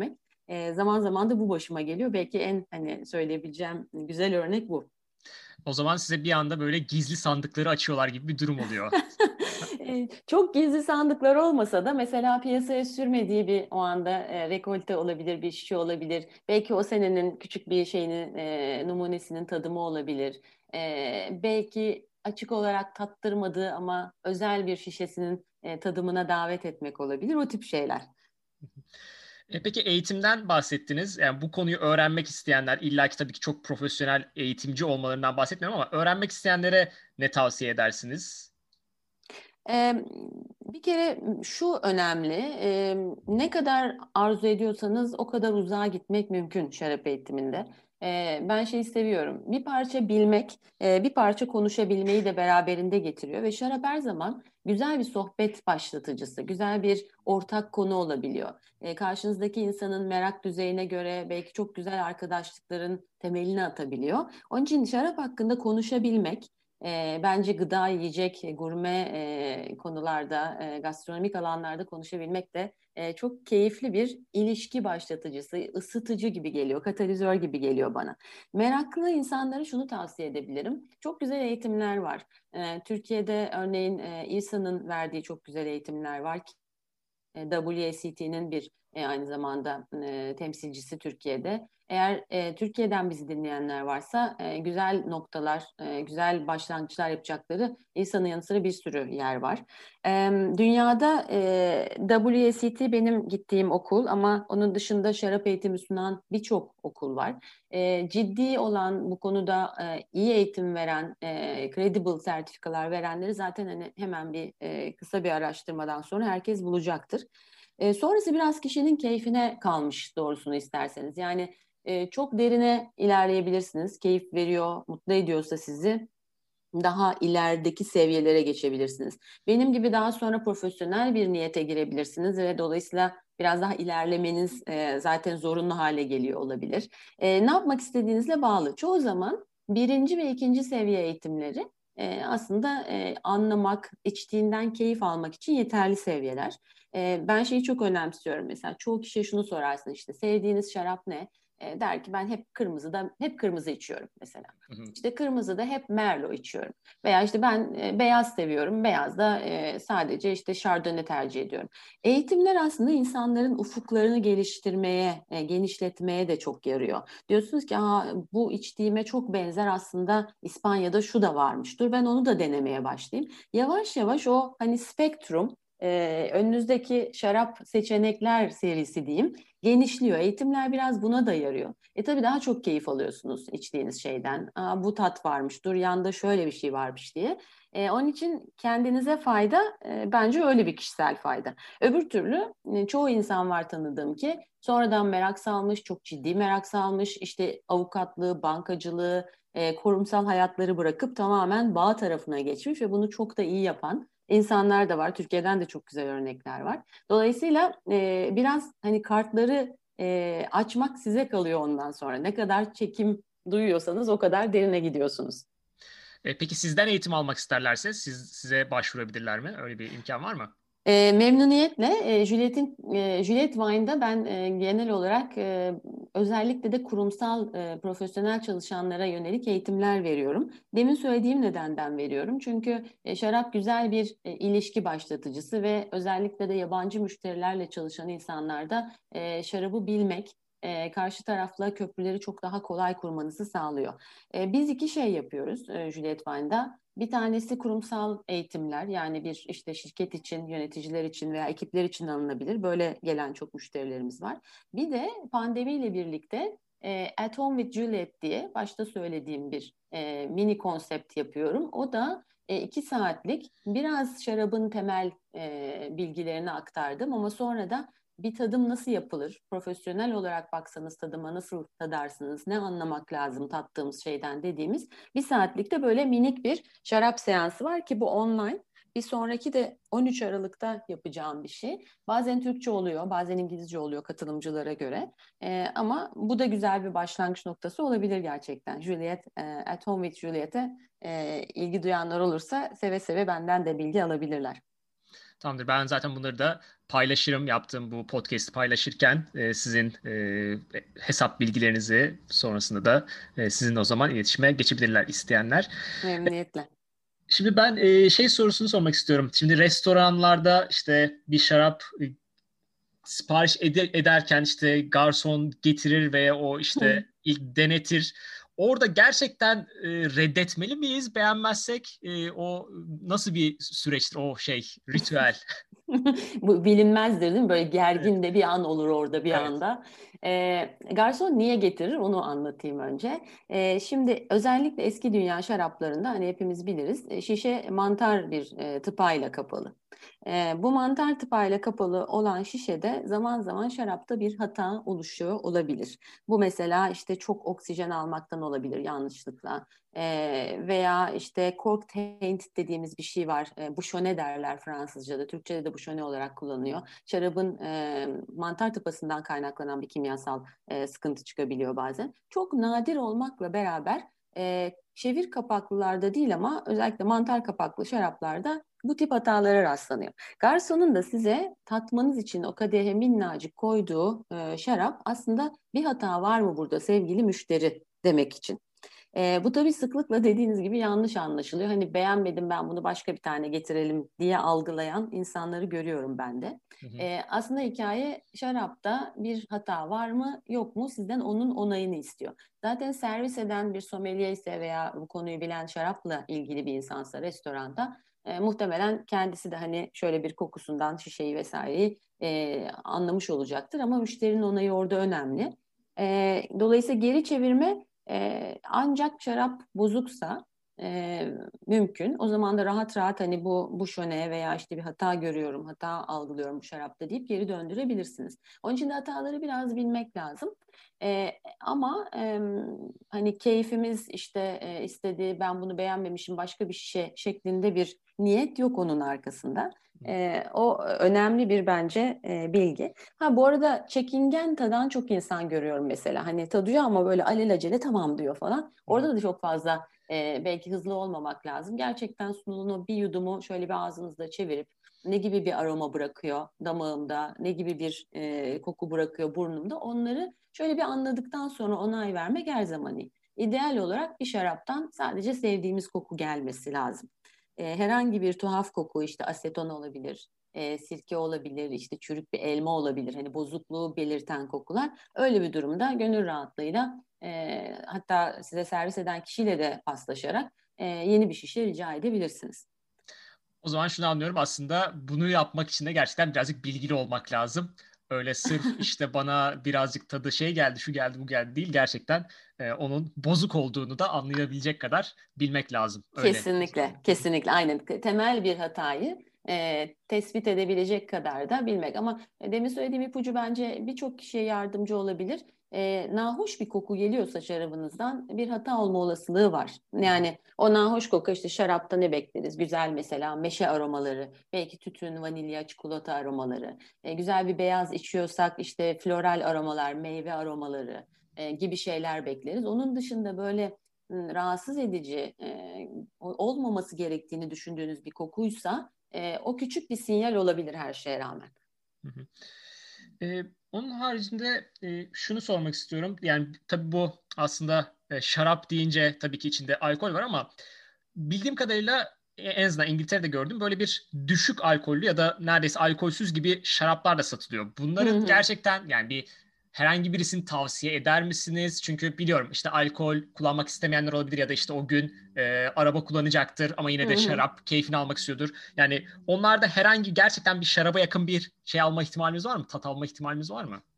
E, zaman zaman da bu başıma geliyor. Belki en hani söyleyebileceğim güzel örnek bu. O zaman size bir anda böyle gizli sandıkları açıyorlar gibi bir durum oluyor. E, Çok gizli sandıklar olmasa da mesela piyasaya sürmediği bir o anda e, rekolte olabilir, bir şişe olabilir. Belki o senenin küçük bir şeyinin e, numunesinin tadımı olabilir. E, belki açık olarak tattırmadığı ama özel bir şişesinin e, tadımına davet etmek olabilir. O tip şeyler. E peki eğitimden bahsettiniz. Yani bu konuyu öğrenmek isteyenler, illaki tabii ki çok profesyonel eğitimci olmalarından bahsetmiyorum ama öğrenmek isteyenlere ne tavsiye edersiniz? Ee, Bir kere şu önemli, e, ne kadar arzu ediyorsanız o kadar uzağa gitmek mümkün şarap eğitiminde. E, ben şeyi seviyorum, bir parça bilmek, e, bir parça konuşabilmeyi de beraberinde getiriyor ve şarap her zaman güzel bir sohbet başlatıcısı, güzel bir ortak konu olabiliyor. E, karşınızdaki insanın merak düzeyine göre belki çok güzel arkadaşlıkların temelini atabiliyor. Onun için şarap hakkında konuşabilmek, e, bence gıda, yiyecek, gurme e, konularda, e, gastronomik alanlarda konuşabilmek de e, çok keyifli bir ilişki başlatıcısı, ısıtıcı gibi geliyor, katalizör gibi geliyor bana. Meraklı insanlara şunu tavsiye edebilirim. Çok güzel eğitimler var. E, Türkiye'de örneğin e, İSA'nın verdiği çok güzel eğitimler var. W A C T'nin bir e, aynı zamanda e, temsilcisi Türkiye'de. Eğer e, Türkiye'den bizi dinleyenler varsa e, güzel noktalar, e, güzel başlangıçlar yapacakları İSA'nın yanı sıra bir sürü yer var. E, Dünyada e, W A C T benim gittiğim okul ama onun dışında şarap eğitimi sunan birçok okul var. E, ciddi olan bu konuda e, iyi eğitim veren, e, credible sertifikalar verenleri zaten hani hemen bir e, kısa bir araştırmadan sonra herkes bulacaktır. E, sonrası biraz kişinin keyfine kalmış doğrusunu isterseniz. Yani e, çok derine ilerleyebilirsiniz. Keyif veriyor, mutlu ediyorsa sizi daha ilerideki seviyelere geçebilirsiniz. Benim gibi daha sonra profesyonel bir niyete girebilirsiniz ve dolayısıyla biraz daha ilerlemeniz e, zaten zorunlu hale geliyor olabilir. E, ne yapmak istediğinizle bağlı. Çoğu zaman birinci ve ikinci seviye eğitimleri e, aslında e, anlamak, içtiğinden keyif almak için yeterli seviyeler. E, ben şeyi çok önemsiyorum mesela. Çoğu kişiye şunu sorarsın işte sevdiğiniz şarap ne? E, der ki ben hep kırmızıda hep kırmızı içiyorum mesela. İşte kırmızıda hep Merlot içiyorum. Veya işte ben e, beyaz seviyorum. Beyazda e, sadece işte Chardonnay tercih ediyorum. Eğitimler aslında insanların ufuklarını geliştirmeye, e, genişletmeye de çok yarıyor. Diyorsunuz ki Aa, bu içtiğime çok benzer aslında İspanya'da şu da varmış. Dur ben onu da denemeye başlayayım. Yavaş yavaş o hani spektrum, e, önünüzdeki şarap seçenekler serisi diyeyim genişliyor. Eğitimler biraz buna da yarıyor. E tabii daha çok keyif alıyorsunuz içtiğiniz şeyden. Aa, bu tat varmış, dur yanda şöyle bir şey varmış diye. E, onun için kendinize fayda e, bence öyle bir kişisel fayda. Öbür türlü e, çoğu insan var tanıdığım ki sonradan merak salmış, çok ciddi merak salmış. İşte avukatlığı, bankacılığı, e, kurumsal hayatları bırakıp tamamen bağ tarafına geçmiş ve bunu çok da iyi yapan insanlar da var. Türkiye'den de çok güzel örnekler var. Dolayısıyla e, biraz hani kartları e, açmak size kalıyor ondan sonra. Ne kadar çekim duyuyorsanız o kadar derine gidiyorsunuz. E, peki sizden eğitim almak isterlerse siz size başvurabilirler mi? Öyle bir imkan var mı? E, memnuniyetle e, Juliet'in e, Juliet Wine'da ben e, genel olarak e, özellikle de kurumsal e, profesyonel çalışanlara yönelik eğitimler veriyorum. Demin söylediğim nedenden veriyorum. Çünkü e, şarap güzel bir e, ilişki başlatıcısı ve özellikle de yabancı müşterilerle çalışan insanlarda e, şarabı bilmek, e, karşı tarafla köprüleri çok daha kolay kurmanızı sağlıyor. E, biz iki şey yapıyoruz e, Juliet Wine'da. Bir tanesi kurumsal eğitimler yani bir işte şirket için, yöneticiler için veya ekipler için alınabilir. Böyle gelen çok müşterilerimiz var. Bir de pandemiyle birlikte e, At Home with Juliet diye başta söylediğim bir e, mini konsept yapıyorum. O da e, iki saatlik biraz şarabın temel e, bilgilerini aktardım ama sonra da bir tadım nasıl yapılır? Profesyonel olarak baksanız tadıma nasıl tadarsınız? Ne anlamak lazım tattığımız şeyden dediğimiz bir saatlikte böyle minik bir şarap seansı var ki bu online. Bir sonraki de on üç Aralık'ta yapacağım bir şey. Bazen Türkçe oluyor, bazen İngilizce oluyor katılımcılara göre. Ee, ama bu da güzel bir başlangıç noktası olabilir gerçekten. Juliet, e, At Home with Juliet'e e, ilgi duyanlar olursa seve seve benden de bilgi alabilirler. Tamamdır. Ben zaten bunları da paylaşırım. Yaptığım bu podcast'i paylaşırken e, sizin e, hesap bilgilerinizi sonrasında da e, sizinle o zaman iletişime geçebilirler isteyenler. Memnuniyetle. Şimdi ben e, şey sorusunu sormak istiyorum. Şimdi restoranlarda işte bir şarap e, sipariş ede- ederken işte garson getirir ve o işte ilk denetir. Orada gerçekten e, reddetmeli miyiz? Beğenmezsek e, o nasıl bir süreçtir o şey ritüel? Bu bilinmezdir değil mi? Böyle Evet, gergin de bir an olur orada bir evet. anda. Ee, garson niye getirir? Onu anlatayım önce. Ee, şimdi özellikle eski dünya şaraplarında hani hepimiz biliriz e, şişe mantar bir e, tıpayla kapalı. E, bu mantar tıpayla kapalı olan şişede zaman zaman şarapta bir hata oluşuyor olabilir. Bu mesela işte çok oksijen almaktan olabilir yanlışlıkla. E, veya işte cork taint dediğimiz bir şey var. E, bouchonné derler Fransızca'da. Türkçe'de de bouchonné olarak kullanılıyor. Şarabın e, mantar tıpasından kaynaklanan bir kimyasal e, sıkıntı çıkabiliyor bazen. Çok nadir olmakla beraber e, çevir kapaklılarda değil ama özellikle mantar kapaklı şaraplarda bu tip hatalara rastlanıyor. Garsonun da size tatmanız için o kadehe minnacık koyduğu e, şarap aslında bir hata var mı burada sevgili müşteri demek için. E, bu tabii sıklıkla dediğiniz gibi yanlış anlaşılıyor. Hani beğenmedim ben bunu başka bir tane getirelim diye algılayan insanları görüyorum ben de. Hı hı. E, aslında hikaye şarapta bir hata var mı yok mu sizden onun onayını istiyor. Zaten servis eden bir sommelier ise veya bu konuyu bilen şarapla ilgili bir insansa restoranda e, muhtemelen kendisi de hani şöyle bir kokusundan şişeyi vesaireyi e, anlamış olacaktır. Ama müşterinin onayı orada önemli. E, dolayısıyla geri çevirme e, ancak şarap bozuksa e, mümkün. O zaman da rahat rahat hani bu bu şöne veya işte bir hata görüyorum, hata algılıyorum bu şarapta deyip geri döndürebilirsiniz. Onun için de hataları biraz bilmek lazım. E, ama e, hani keyfimiz işte e, istediği ben bunu beğenmemişim başka bir şişe şeklinde bir niyet yok onun arkasında. E, o önemli bir bence e, bilgi. Ha bu arada çekingen tadan çok insan görüyorum mesela. Hani tadıyor ama böyle alelacele tamam diyor falan. Hı hı. Orada da çok fazla e, belki hızlı olmamak lazım. Gerçekten sunulunu bir yudumu şöyle bir ağzınızda çevirip ne gibi bir aroma bırakıyor damağımda, ne gibi bir e, koku bırakıyor burnumda onları şöyle bir anladıktan sonra onay vermek her zaman iyi. İdeal olarak bir şaraptan sadece sevdiğimiz koku gelmesi lazım. E, herhangi bir tuhaf koku işte aseton olabilir, e, sirke olabilir, işte çürük bir elma olabilir. Hani bozukluğu belirten kokular. Öyle bir durumda gönül rahatlığıyla e, hatta size servis eden kişiyle de paslaşarak e, yeni bir şişe rica edebilirsiniz. O zaman şunu anlıyorum, aslında bunu yapmak için de gerçekten birazcık bilgili olmak lazım. Öyle sırf işte bana birazcık tadı şey geldi, şu geldi, bu geldi değil. Gerçekten e, onun bozuk olduğunu da anlayabilecek kadar bilmek lazım. Öyle. Kesinlikle, kesinlikle aynen temel bir hatayı e, tespit edebilecek kadar da bilmek. Ama demin söylediğim ipucu bence birçok kişiye yardımcı olabilir. E, nahoş bir koku geliyorsa şarabınızdan bir hata olma olasılığı var. Yani o nahoş koku işte şarapta ne bekleriz? Güzel mesela meşe aromaları, belki tütün, vanilya, çikolata aromaları. E, güzel bir beyaz içiyorsak işte floral aromalar, meyve aromaları e, gibi şeyler bekleriz. Onun dışında böyle rahatsız edici e, olmaması gerektiğini düşündüğünüz bir kokuysa e, o küçük bir sinyal olabilir her şeye rağmen. Hı hı. Ee, onun haricinde e, şunu sormak istiyorum. Yani tabii bu aslında e, şarap deyince tabii ki içinde alkol var ama bildiğim kadarıyla e, en azından İngiltere'de gördüm böyle bir düşük alkollü ya da neredeyse alkolsüz gibi şaraplar da satılıyor. Hı Bunların hı. gerçekten yani bir herhangi birisini tavsiye eder misiniz? Çünkü biliyorum işte alkol kullanmak istemeyenler olabilir ya da işte o gün e, araba kullanacaktır ama Hı yine de hı. şarap keyfini almak istiyordur. Yani onlarda herhangi gerçekten bir şaraba yakın bir şey alma ihtimalimiz var mı? Tat alma ihtimalimiz var mı?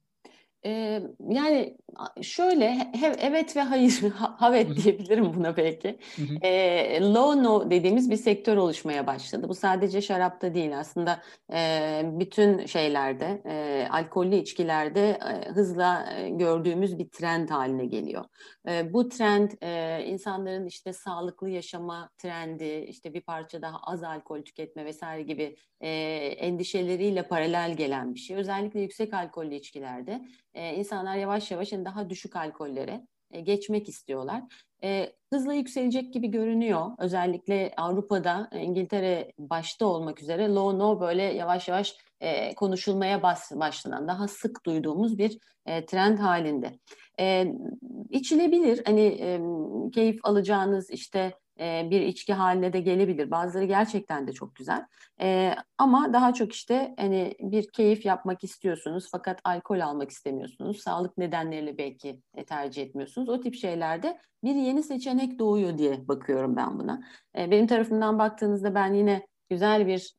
Ee, yani şöyle he- evet ve hayır ha- Hı havet hı, diyebilirim buna belki. hı hı, Ee, low no dediğimiz bir sektör oluşmaya başladı. Bu sadece şarapta değil aslında e, bütün şeylerde e, alkollü içkilerde e, hızla e, gördüğümüz bir trend haline geliyor. E, bu trend e, insanların işte sağlıklı yaşama trendi işte bir parça daha az alkol tüketme vesaire gibi e, endişeleriyle paralel gelen bir şey. Özellikle yüksek alkollü içkilerde e, insanlar yavaş yavaş yani daha düşük alkollere e, geçmek istiyorlar. E, hızla yükselecek gibi görünüyor. Özellikle Avrupa'da, e, İngiltere başta olmak üzere low no böyle yavaş yavaş e, konuşulmaya bas, başlanan, daha sık duyduğumuz bir e, trend halinde. E, içilebilir, hani e, keyif alacağınız işte e, bir içki haline de gelebilir. Bazıları gerçekten de çok güzel. E, ama daha çok işte hani bir keyif yapmak istiyorsunuz fakat alkol almak istemiyorsunuz. Sağlık nedenleriyle belki e, tercih etmiyorsunuz. O tip şeylerde bir yeni seçenek doğuyor diye bakıyorum ben buna. E, benim tarafımdan baktığınızda ben yine güzel bir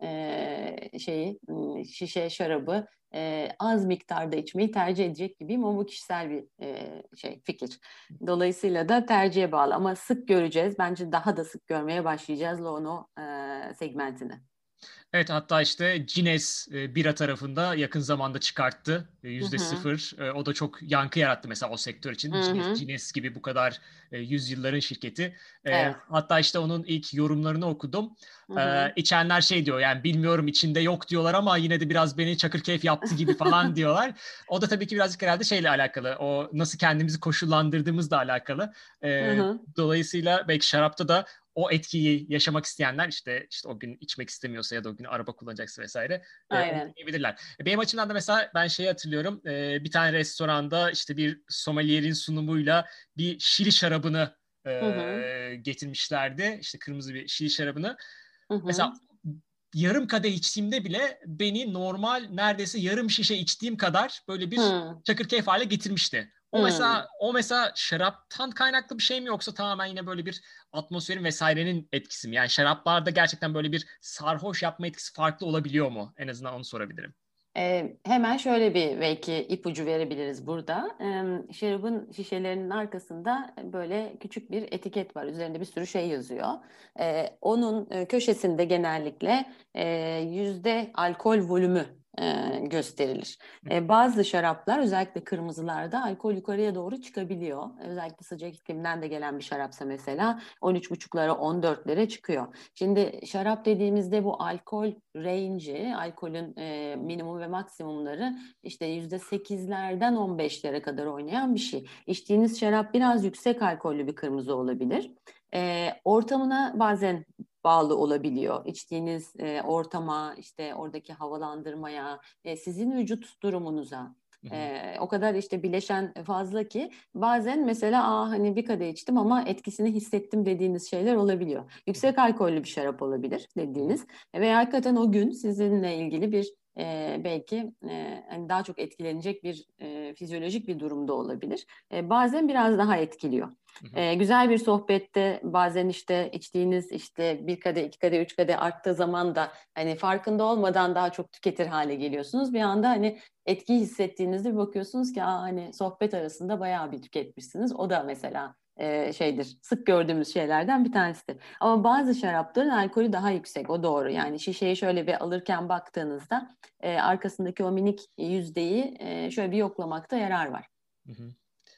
e, şeyi, şişe şarabı e, az miktarda içmeyi tercih edecek gibiyim ama bu kişisel bir e, şey fikir. Dolayısıyla da tercihe bağlı ama sık göreceğiz. Bence daha da sık görmeye başlayacağız Lono e, segmentini. Evet, hatta işte Guinness e, bira tarafında yakın zamanda çıkarttı. E, Hı yüzde hı. sıfır. E, o da çok yankı yarattı mesela o sektör Hı için. Guinness, hı. Guinness gibi bu kadar e, yüzyılların şirketi. E, Evet. hatta işte onun ilk yorumlarını okudum. Hı E, hı. içenler şey diyor, yani bilmiyorum içinde yok diyorlar ama yine de biraz beni çakırkeyif yaptı gibi falan diyorlar. O da tabii ki birazcık herhalde şeyle alakalı. O nasıl kendimizi koşullandırdığımızla alakalı. Hı E, hı. dolayısıyla belki şarapta da o etkiyi yaşamak isteyenler işte işte o gün içmek istemiyorsa ya da o gün araba kullanacaksa vesaire e, onu Aynen. deneyebilirler. E, Benim açımdan da mesela ben şeyi hatırlıyorum. E, bir tane restoranda işte bir sommelierin sunumuyla bir şili şarabını Hı hı. e, getirmişlerdi. İşte kırmızı bir şili şarabını. Hı hı. Mesela yarım kadeh içtiğimde bile beni normal neredeyse yarım şişe içtiğim kadar böyle bir Hı çakırkeyif hale getirmişti. O hı. mesela o mesela şaraptan kaynaklı bir şey mi yoksa tamamen yine böyle bir atmosferin vesairenin etkisi mi? Yani şaraplarda gerçekten böyle bir sarhoş yapma etkisi farklı olabiliyor mu? En azından onu sorabilirim. Ee, hemen şöyle bir belki ipucu verebiliriz burada. Ee, şarabın şişelerinin arkasında böyle küçük bir etiket var. Üzerinde bir sürü şey yazıyor. Ee, onun e, köşesinde genellikle e, yüzde alkol volümü e, gösterilir. E, bazı şaraplar özellikle kırmızılarda alkol yukarıya doğru çıkabiliyor. Özellikle sıcak iklimden de gelen bir şarapsa mesela on üç buçuklara on dörtlere çıkıyor. Şimdi şarap dediğimizde bu alkol range'i, alkolün e, minimum ve maksimumları işte yüzde sekizlerden on beşlere kadar oynayan bir şey. İçtiğiniz şarap biraz yüksek alkollü bir kırmızı olabilir. E, ortamına bazen bağlı olabiliyor. İçtiğiniz e, ortama, işte oradaki havalandırmaya, e, sizin vücut durumunuza. Hı hı. Ee, o kadar işte bileşen fazla ki bazen mesela aa hani bir kadeh içtim ama etkisini hissettim dediğiniz şeyler olabiliyor. Yüksek alkollü bir şarap olabilir Hı hı. dediğiniz veya hakikaten o gün sizinle ilgili bir e, belki e, hani daha çok etkilenecek bir e, fizyolojik bir durumda olabilir. E, bazen biraz daha etkiliyor. Hı hı. E, güzel bir sohbette bazen işte içtiğiniz işte bir kadeh, iki kadeh, üç kadeh arttığı zaman da hani farkında olmadan daha çok tüketir hale geliyorsunuz. Bir anda hani etki hissettiğinizde bir bakıyorsunuz ki aa, hani sohbet arasında bayağı bir tüketmişsiniz. O da mesela e, şeydir, sık gördüğümüz şeylerden bir tanesidir. Ama bazı şarapların alkolü daha yüksek, o doğru. Yani şişeyi şöyle bir alırken baktığınızda e, arkasındaki o minik yüzdeyi e, şöyle bir yoklamakta yarar var. Hı hı.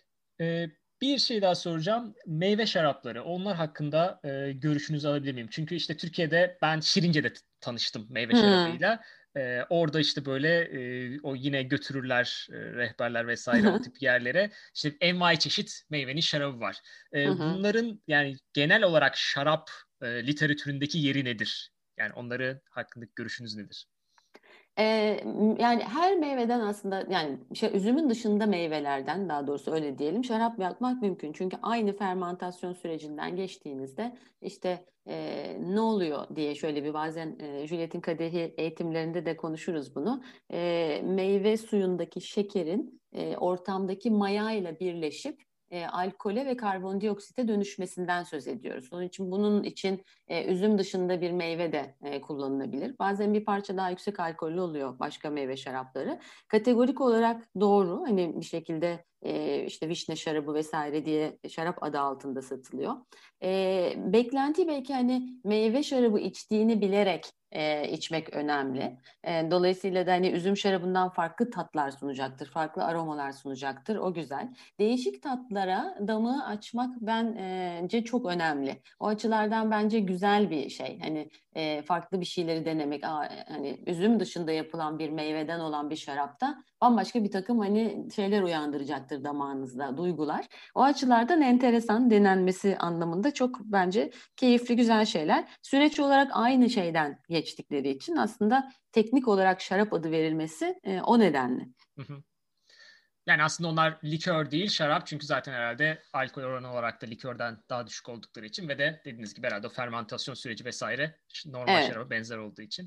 Ee, bir şey daha soracağım. Meyve şarapları. Onlar hakkında e, görüşünüzü alabilir miyim? Çünkü işte Türkiye'de ben Şirince'de t- tanıştım meyve Hmm. şarabıyla. Ee, orada işte böyle e, o yine götürürler e, rehberler vesaire o tip yerlere. İşte envai çeşit meyvenin şarabı var. Hı Ee, hı. bunların yani genel olarak şarap e, literatüründeki yeri nedir? Yani onları hakkındaki görüşünüz nedir? Ee, yani her meyveden aslında yani şey, üzümün dışında meyvelerden daha doğrusu öyle diyelim şarap yapmak mümkün. Çünkü aynı fermantasyon sürecinden geçtiğinizde işte e, ne oluyor diye şöyle bir bazen e, Juliet'in Kadehi eğitimlerinde de konuşuruz bunu. E, meyve suyundaki şekerin e, ortamdaki maya ile birleşip e, alkole ve karbondioksite dönüşmesinden söz ediyoruz. Onun için bunun için e, üzüm dışında bir meyve de e, kullanılabilir. Bazen bir parça daha yüksek alkollü oluyor başka meyve şarapları. Kategorik olarak doğru. Hani bir şekilde e, işte vişne şarabı vesaire diye şarap adı altında satılıyor. E, beklenti belki hani meyve şarabı içtiğini bilerek e, içmek önemli. E, dolayısıyla da hani üzüm şarabından farklı tatlar sunacaktır, farklı aromalar sunacaktır. O güzel. Değişik tatlara damı açmak bence çok önemli. O açılardan bence güzel bir şey. Hani e, farklı bir şeyleri denemek. Aa, hani üzüm dışında yapılan bir meyveden olan bir şarapta bambaşka bir takım hani şeyler uyandıracaktır olacaktır damağınızda duygular. O açılardan enteresan, denenmesi anlamında çok bence keyifli, güzel şeyler. Süreç olarak aynı şeyden geçtikleri için aslında teknik olarak şarap adı verilmesi e, o nedenle. Hı hı. Yani aslında onlar likör değil, şarap. Çünkü zaten herhalde alkol oranı olarak da likörden daha düşük oldukları için ve de dediğiniz gibi herhalde o fermantasyon süreci vesaire normal Evet. şaraba benzer olduğu için.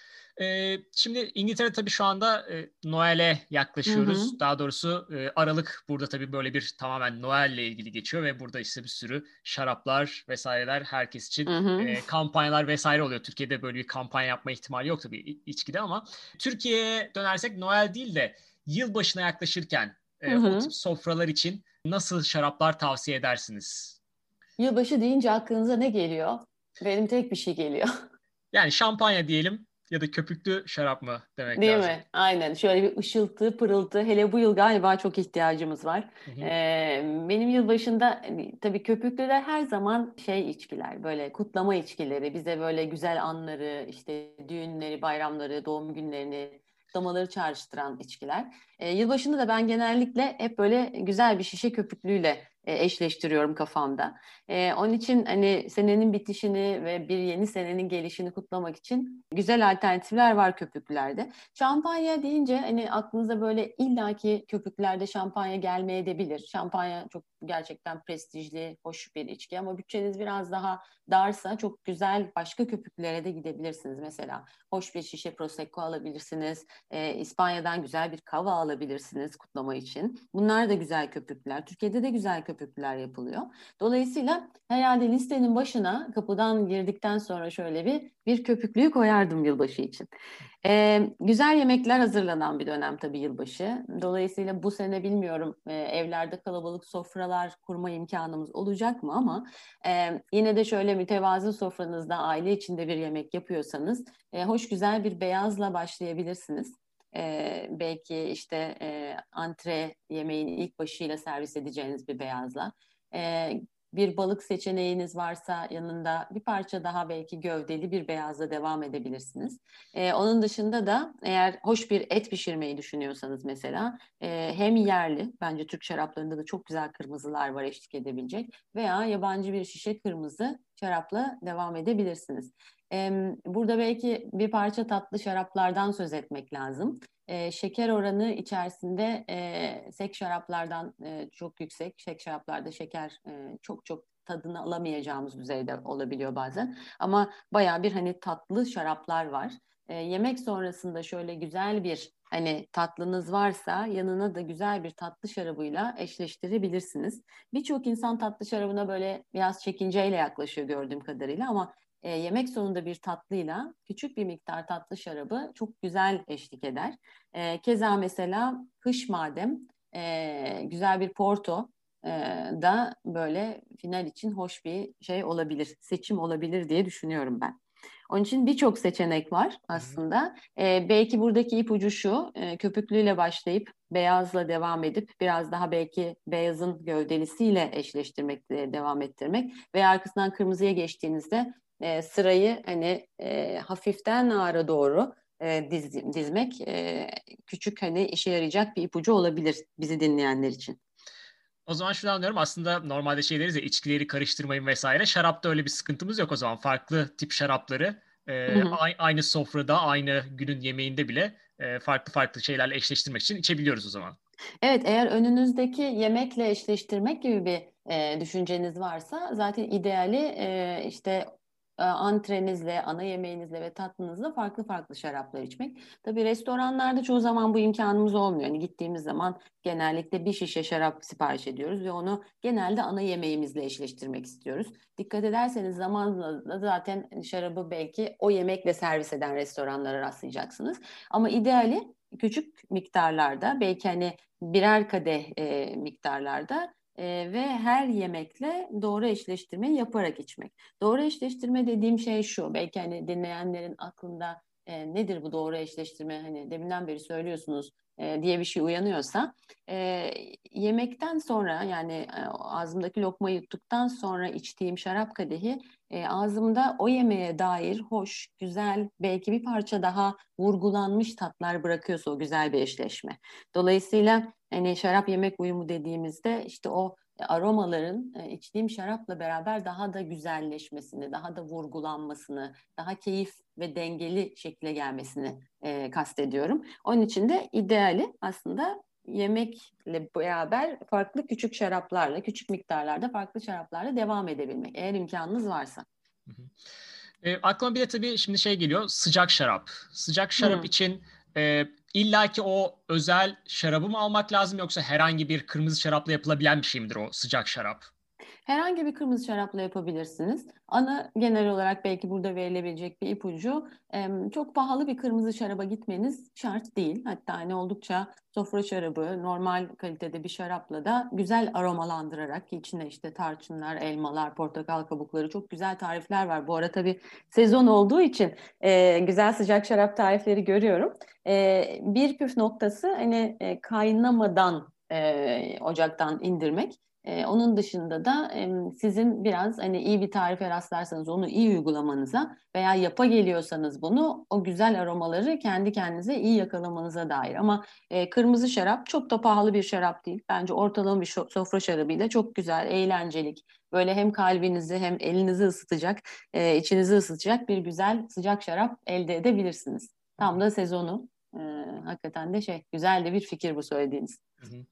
Ee, şimdi İngiltere tabii şu anda e, Noel'e yaklaşıyoruz. Hı hı. Daha doğrusu e, Aralık burada tabii böyle bir tamamen Noel'le ilgili geçiyor ve burada işte bir sürü şaraplar vesaireler herkes için Hı hı. e, kampanyalar vesaire oluyor. Türkiye'de böyle bir kampanya yapma ihtimali yok tabii içkide ama Türkiye'ye dönersek Noel değil de yılbaşına yaklaşırken Hı e, o hı. tip sofralar için nasıl şaraplar tavsiye edersiniz? Yılbaşı deyince aklınıza ne geliyor? Benim tek bir şey geliyor. Yani şampanya diyelim ya da köpüklü şarap mı demek Değil lazım? mi? Aynen. Şöyle bir ışıltı, pırıltı. Hele bu yıl galiba çok ihtiyacımız var. Hı hı. Ee, benim yılbaşında hani, tabii köpüklüler her zaman şey içkiler, böyle kutlama içkileri. Bize böyle güzel anları, işte düğünleri, bayramları, doğum günlerini, kutlamaları çağrıştıran içkiler. Ee, yılbaşında da ben genellikle hep böyle güzel bir şişe köpüklüyle e, eşleştiriyorum kafamda. Ee, onun için hani senenin bitişini ve bir yeni senenin gelişini kutlamak için güzel alternatifler var köpüklerde. Şampanya deyince hani aklınıza böyle illaki köpüklerde şampanya gelmeyebilir. Şampanya çok gerçekten prestijli, hoş bir içki ama bütçeniz biraz daha darsa çok güzel başka köpüklere de gidebilirsiniz. Mesela hoş bir şişe Prosecco alabilirsiniz. E, İspanya'dan güzel bir cava alabilirsiniz kutlama için. Bunlar da güzel köpükler. Türkiye'de de güzel köpükler yapılıyor. Dolayısıyla herhalde listenin başına kapıdan girdikten sonra şöyle bir bir köpüklüyü koyardım yılbaşı için. Ee, güzel yemekler hazırlanan bir dönem tabii yılbaşı. Dolayısıyla bu sene bilmiyorum e, evlerde kalabalık sofralar kurma imkanımız olacak mı ama e, yine de şöyle mütevazı sofranızda aile içinde bir yemek yapıyorsanız e, hoş güzel bir beyazla başlayabilirsiniz. E, belki işte e, antre yemeğin ilk başıyla servis edeceğiniz bir beyazla. E, Bir balık seçeneğiniz varsa yanında bir parça daha belki gövdeli bir beyazla devam edebilirsiniz. Ee, onun dışında da eğer hoş bir et pişirmeyi düşünüyorsanız mesela e, hem yerli, bence Türk şaraplarında da çok güzel kırmızılar var eşlik edebilecek veya yabancı bir şişe kırmızı şarapla devam edebilirsiniz. Ee, burada belki bir parça tatlı şaraplardan söz etmek lazım. E, şeker oranı içerisinde e, sek şaraplardan e, çok yüksek. Sek şaraplarda şeker e, çok çok tadını alamayacağımız düzeyde olabiliyor bazen. Ama bayağı bir hani tatlı şaraplar var. E, yemek sonrasında şöyle güzel bir hani tatlınız varsa yanına da güzel bir tatlı şarabıyla eşleştirebilirsiniz. Birçok insan tatlı şarabına böyle biraz çekinceyle yaklaşıyor gördüğüm kadarıyla ama e, yemek sonunda bir tatlıyla küçük bir miktar tatlı şarabı çok güzel eşlik eder. E, keza mesela kış madem e, güzel bir porto e, da böyle final için hoş bir şey olabilir, seçim olabilir diye düşünüyorum ben. Onun için birçok seçenek var Hı hı. aslında. E, belki buradaki ipucu şu, e, köpüklüyle başlayıp beyazla devam edip biraz daha belki beyazın gövdelisiyle eşleştirmek, devam ettirmek ve arkasından kırmızıya geçtiğinizde e, sırayı hani e, hafiften ağıra doğru e, diz, dizmek e, küçük hani işe yarayacak bir ipucu olabilir bizi dinleyenler için. O zaman şunu anlıyorum. Aslında normalde şey deriz ya içkileri karıştırmayın vesaire. Şarapta öyle bir sıkıntımız yok o zaman. Farklı tip şarapları Hı e, hı. aynı sofrada, aynı günün yemeğinde bile e, farklı farklı şeylerle eşleştirmek için içebiliyoruz o zaman. Evet, eğer önünüzdeki yemekle eşleştirmek gibi bir e, düşünceniz varsa zaten ideali e, işte e, antrenizle, ana yemeğinizle ve tatlınızla farklı farklı şaraplar içmek. Tabii restoranlarda çoğu zaman bu imkanımız olmuyor. Yani gittiğimiz zaman genellikle bir şişe şarap sipariş ediyoruz ve onu genelde ana yemeğimizle eşleştirmek istiyoruz. Dikkat ederseniz zamanla da zaten şarabı belki o yemekle servis eden restoranlara rastlayacaksınız. Ama ideali küçük miktarlarda belki hani birer kadeh e, miktarlarda e, ve her yemekle doğru eşleştirmeyi yaparak içmek. Doğru eşleştirme dediğim şey şu, belki hani dinleyenlerin aklında e, nedir bu doğru eşleştirme, hani deminden beri söylüyorsunuz e, diye bir şey uyanıyorsa e, yemekten sonra yani e, ağzımdaki lokmayı yuttuktan sonra içtiğim şarap kadehi e, ağzımda o yemeğe dair hoş, güzel, belki bir parça daha vurgulanmış tatlar bırakıyorsa o güzel bir eşleşme. Dolayısıyla hani şarap yemek uyumu dediğimizde işte o aromaların e, içtiğim şarapla beraber daha da güzelleşmesini, daha da vurgulanmasını, daha keyif ve dengeli şekle gelmesini e, kastediyorum. Onun için de ideali aslında yemekle beraber farklı küçük şaraplarla, küçük miktarlarda farklı şaraplarla devam edebilmek. Eğer imkanınız varsa. Hı hı. E, aklıma bir de tabii şimdi şey geliyor, sıcak şarap. Sıcak şarap Hmm. için e, illaki o özel şarabı mı almak lazım yoksa herhangi bir kırmızı şarapla yapılabilen bir şey midir o sıcak şarap? Herhangi bir kırmızı şarapla yapabilirsiniz. Ana genel olarak belki burada verilebilecek bir ipucu, çok pahalı bir kırmızı şaraba gitmeniz şart değil. Hatta hani oldukça sofra şarabı, normal kalitede bir şarapla da güzel aromalandırarak, içine işte tarçınlar, elmalar, portakal kabukları, çok güzel tarifler var. Bu ara tabii sezon olduğu için e, güzel sıcak şarap tarifleri görüyorum. E, bir püf noktası hani e, kaynamadan e, ocaktan indirmek. Ee, onun dışında da e, sizin biraz hani iyi bir tarife rastlarsanız onu iyi uygulamanıza veya yapa geliyorsanız bunu o güzel aromaları kendi kendinize iyi yakalamanıza dair. Ama e, kırmızı şarap çok da pahalı bir şarap değil. Bence ortalama bir sofra şarabıyla çok güzel, eğlencelik, böyle hem kalbinizi hem elinizi ısıtacak, e, içinizi ısıtacak bir güzel sıcak şarap elde edebilirsiniz. Tam da sezonu. E, hakikaten de şey güzel de bir fikir bu söylediğiniz. Hı hı.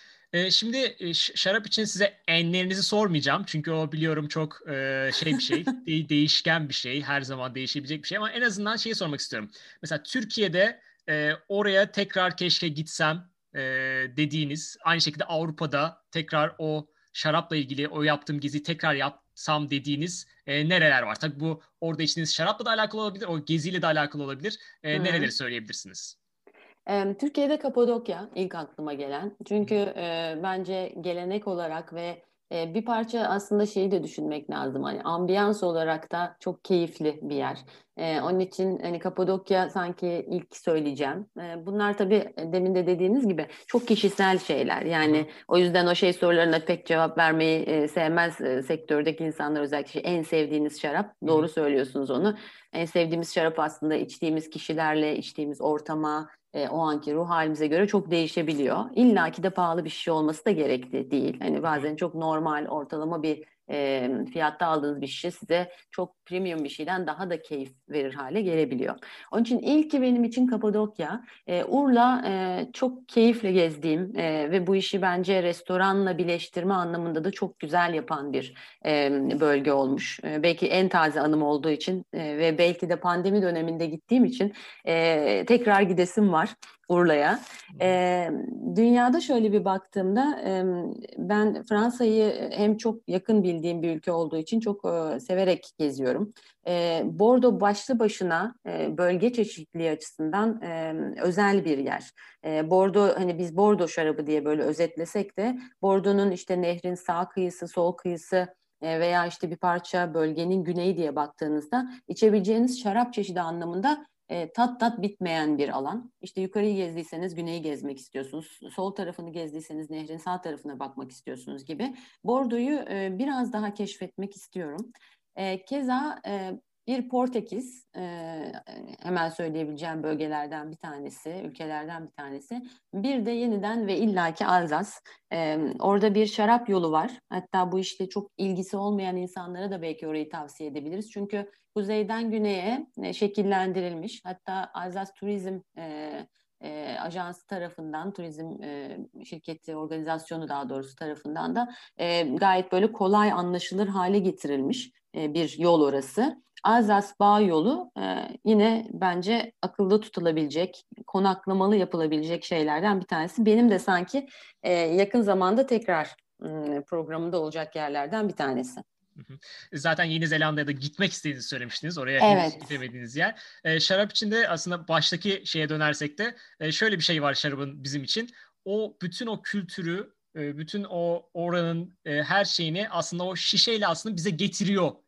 E, şimdi e, ş- şarap için size enlerinizi sormayacağım. Çünkü o biliyorum çok e, şey bir şey, de- değişken bir şey, her zaman değişebilecek bir şey. Ama en azından şeyi sormak istiyorum. Mesela Türkiye'de e, oraya tekrar keşke gitsem e, dediğiniz, aynı şekilde Avrupa'da tekrar o şarapla ilgili o yaptığım geziyi tekrar yapsam dediğiniz e, nereler var? Tabii bu orada içtiğiniz şarapla da alakalı olabilir, o geziyle de alakalı olabilir. E, Hı. nereleri söyleyebilirsiniz? Em, Türkiye'de Kapadokya ilk aklıma gelen. Hı Çünkü e, bence gelenek olarak ve e, bir parça aslında şeyi de düşünmek lazım. Hani ambiyans olarak da çok keyifli bir yer. E, onun için hani Kapadokya sanki ilk söyleyeceğim. E, bunlar tabii e, demin de dediğiniz gibi çok kişisel şeyler. hı. Yani o yüzden o şey sorularına pek cevap vermeyi e, sevmez e, sektördeki insanlar, özellikle şey, en sevdiğiniz şarap. Hı hı. Doğru söylüyorsunuz onu. En sevdiğimiz şarap aslında içtiğimiz kişilerle, içtiğimiz ortama, e, o anki ruh halimize göre çok değişebiliyor. İlla ki de pahalı bir şey olması da gerekli değil. Hani Hı hı. bazen çok normal, ortalama bir e, fiyatta aldığınız bir şişe size çok premium bir şeyden daha da keyif verir hale gelebiliyor. Onun için ilki benim için Kapadokya. E, Urla e, çok keyifle gezdiğim e, ve bu işi bence restoranla birleştirme anlamında da çok güzel yapan bir e, bölge olmuş. E, belki en taze anım olduğu için e, ve belki de pandemi döneminde gittiğim için e, tekrar gidesim var Urla'ya. E, dünyada şöyle bir baktığımda e, ben Fransa'yı hem çok yakın bildiğim bir ülke olduğu için çok e, severek geziyorum. E, Bordeaux başlı başına e, bölge çeşitliliği açısından e, özel bir yer. E, Bordeaux, hani biz Bordeaux şarabı diye böyle özetlesek de Bordeaux'un işte nehrin sağ kıyısı, sol kıyısı e, veya işte bir parça bölgenin güneyi diye baktığınızda içebileceğiniz şarap çeşidi anlamında e, tat tat bitmeyen bir alan. İşte yukarıyı gezdiyseniz güneyi gezmek istiyorsunuz. Sol tarafını gezdiyseniz nehrin sağ tarafına bakmak istiyorsunuz gibi. Bordo'yu e, biraz daha keşfetmek istiyorum. E, keza e, bir Portekiz, e, hemen söyleyebileceğim bölgelerden bir tanesi, ülkelerden bir tanesi. Bir de yeniden ve illaki Alzas. E, orada bir şarap yolu var. Hatta bu işte çok ilgisi olmayan insanlara da belki orayı tavsiye edebiliriz. Çünkü kuzeyden güneye e, şekillendirilmiş. Hatta Alzas Turizm e, e, ajansı tarafından, turizm e, şirketi, organizasyonu daha doğrusu tarafından da e, gayet böyle kolay anlaşılır hale getirilmiş e, bir yol orası. Alzas Bağ Yolu e, yine bence akılda tutulabilecek, konaklamalı yapılabilecek şeylerden bir tanesi. Benim de sanki e, yakın zamanda tekrar m, programında olacak yerlerden bir tanesi. Hı hı. Zaten Yeni Zelanda'ya da gitmek istediğinizi söylemiştiniz. Oraya henüz Evet. gidemediğiniz yer. E, şarap için de aslında baştaki şeye dönersek de e, şöyle bir şey var şarabın bizim için. O bütün o kültürü, e, bütün o oranın e, her şeyini aslında o şişeyle aslında bize getiriyor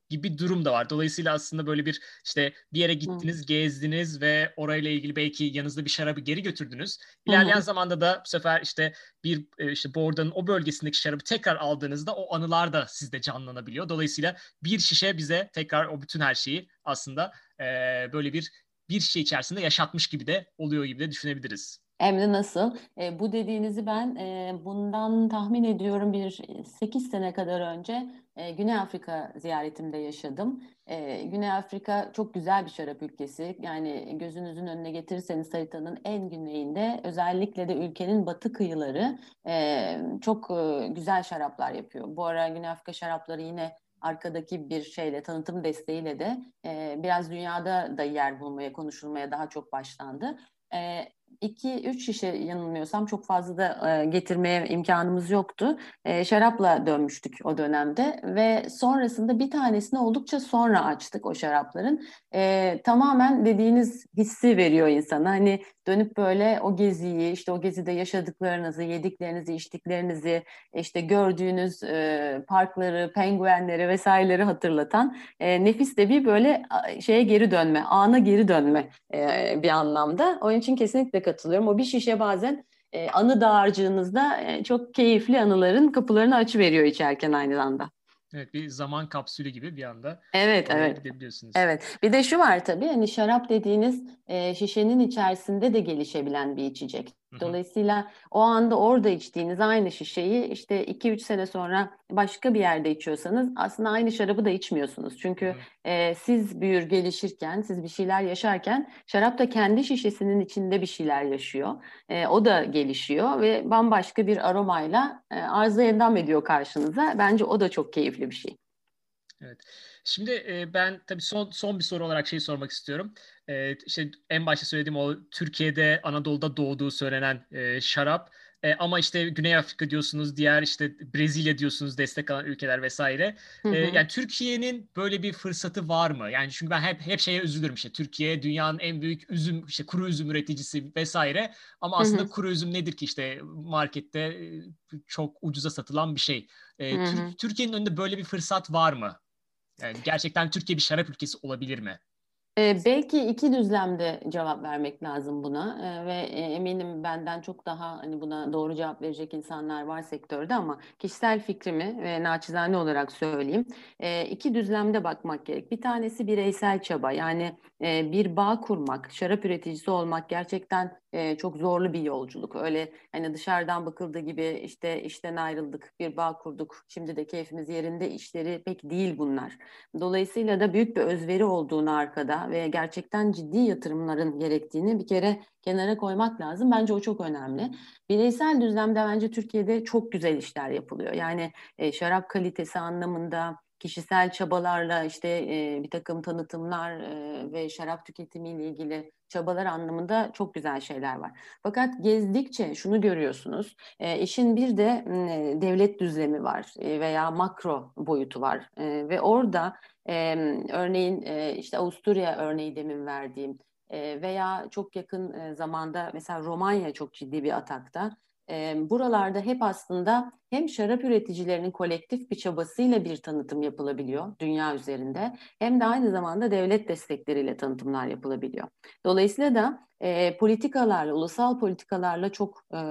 gibi bir durum da var. Dolayısıyla aslında böyle bir işte bir yere gittiniz, gezdiniz ve orayla ilgili belki yanınızda bir şarabı geri götürdünüz. İlerleyen zamanda da bu sefer işte bir işte Borda'nın o bölgesindeki şarabı tekrar aldığınızda o anılar da sizde canlanabiliyor. Dolayısıyla bir şişe bize tekrar o bütün her şeyi aslında e, böyle bir bir şişe içerisinde yaşatmış gibi de oluyor gibi de düşünebiliriz. Hem de nasıl? E, bu dediğinizi ben e, bundan tahmin ediyorum bir sekiz sene kadar önce e, Güney Afrika ziyaretimde yaşadım. E, Güney Afrika çok güzel bir şarap ülkesi. Yani gözünüzün önüne getirirseniz haritanın en güneyinde, özellikle de ülkenin batı kıyıları e, çok e, güzel şaraplar yapıyor. Bu ara Güney Afrika şarapları yine arkadaki bir şeyle, tanıtım desteğiyle de e, biraz dünyada da yer bulmaya, konuşulmaya daha çok başlandı. E, iki üç şişe, yanılmıyorsam, çok fazla da e, getirmeye imkanımız yoktu. E, şarapla dönmüştük o dönemde ve sonrasında bir tanesini oldukça sonra açtık o şarapların. E, tamamen dediğiniz hissi veriyor insana. Hani dönüp böyle o geziyi, işte o gezide yaşadıklarınızı, yediklerinizi, içtiklerinizi, işte gördüğünüz e, parkları, penguenleri vesaireleri hatırlatan e, nefis de bir böyle şeye geri dönme, ana geri dönme e, bir anlamda. Onun için kesinlikle katılıyorum. O bir şişe bazen e, anı dağarcığınızda e, çok keyifli anıların kapılarını açıveriyor içerken aynı anda. Evet, bir zaman kapsülü gibi bir anda Evet, oraya evet. gidebiliyorsunuz. Evet. Bir de şu var tabii, hani şarap dediğiniz e, şişenin içerisinde de gelişebilen bir içecek. Hı hı. Dolayısıyla o anda orada içtiğiniz aynı şişeyi işte iki üç sene sonra başka bir yerde içiyorsanız aslında aynı şarabı da içmiyorsunuz. Hı Çünkü hı. e, siz büyür gelişirken, siz bir şeyler yaşarken şarap da kendi şişesinin içinde bir şeyler yaşıyor. E, o da gelişiyor ve bambaşka bir aromayla e, arıza endam ediyor karşınıza. Bence o da çok keyifli bir şey. Evet. Şimdi e, ben tabii son son bir soru olarak şey sormak istiyorum. E, işte en başta söylediğim o Türkiye'de, Anadolu'da doğduğu söylenen e, şarap. E, ama işte Güney Afrika diyorsunuz, diğer işte Brezilya diyorsunuz, destek alan ülkeler vesaire. Hı E, hı. yani Türkiye'nin böyle bir fırsatı var mı? Yani çünkü ben hep hep şeye üzülürüm, işte Türkiye dünyanın en büyük üzüm, işte kuru üzüm üreticisi vesaire. Ama Hı hı. aslında kuru üzüm nedir ki, işte markette e, çok ucuza satılan bir şey. E, Hı hı. Türk Türkiye'nin önünde böyle bir fırsat var mı? Yani gerçekten Türkiye bir şarap ülkesi olabilir mi? Ee, belki iki düzlemde cevap vermek lazım buna. Ee, ve e, eminim benden çok daha hani buna doğru cevap verecek insanlar var sektörde, ama kişisel fikrimi ve naçizane olarak söyleyeyim. Ee, iki düzlemde bakmak gerek. Bir tanesi bireysel çaba, yani e, bir bağ kurmak, şarap üreticisi olmak gerçekten e, çok zorlu bir yolculuk. Öyle hani dışarıdan bakıldığı gibi işte işten ayrıldık, bir bağ kurduk, şimdi de keyfimiz yerinde işleri pek değil bunlar. Dolayısıyla da büyük bir özveri olduğunu arkada ve gerçekten ciddi yatırımların gerektiğini bir kere kenara koymak lazım. Bence o çok önemli. Bireysel düzlemde bence Türkiye'de çok güzel işler yapılıyor. Yani e, şarap kalitesi anlamında kişisel çabalarla işte e, bir takım tanıtımlar e, ve şarap tüketimiyle ilgili çabalar anlamında çok güzel şeyler var. Fakat gezdikçe şunu görüyorsunuz. E, işin bir de e, devlet düzlemi var e, veya makro boyutu var. E, ve orada e, örneğin e, işte Avusturya örneği demin verdiğim e, veya çok yakın e, zamanda mesela Romanya çok ciddi bir atakta. E, buralarda hep aslında hem şarap üreticilerinin kolektif bir çabasıyla bir tanıtım yapılabiliyor dünya üzerinde, hem de aynı zamanda devlet destekleriyle tanıtımlar yapılabiliyor. Dolayısıyla da e, politikalarla, ulusal politikalarla çok e,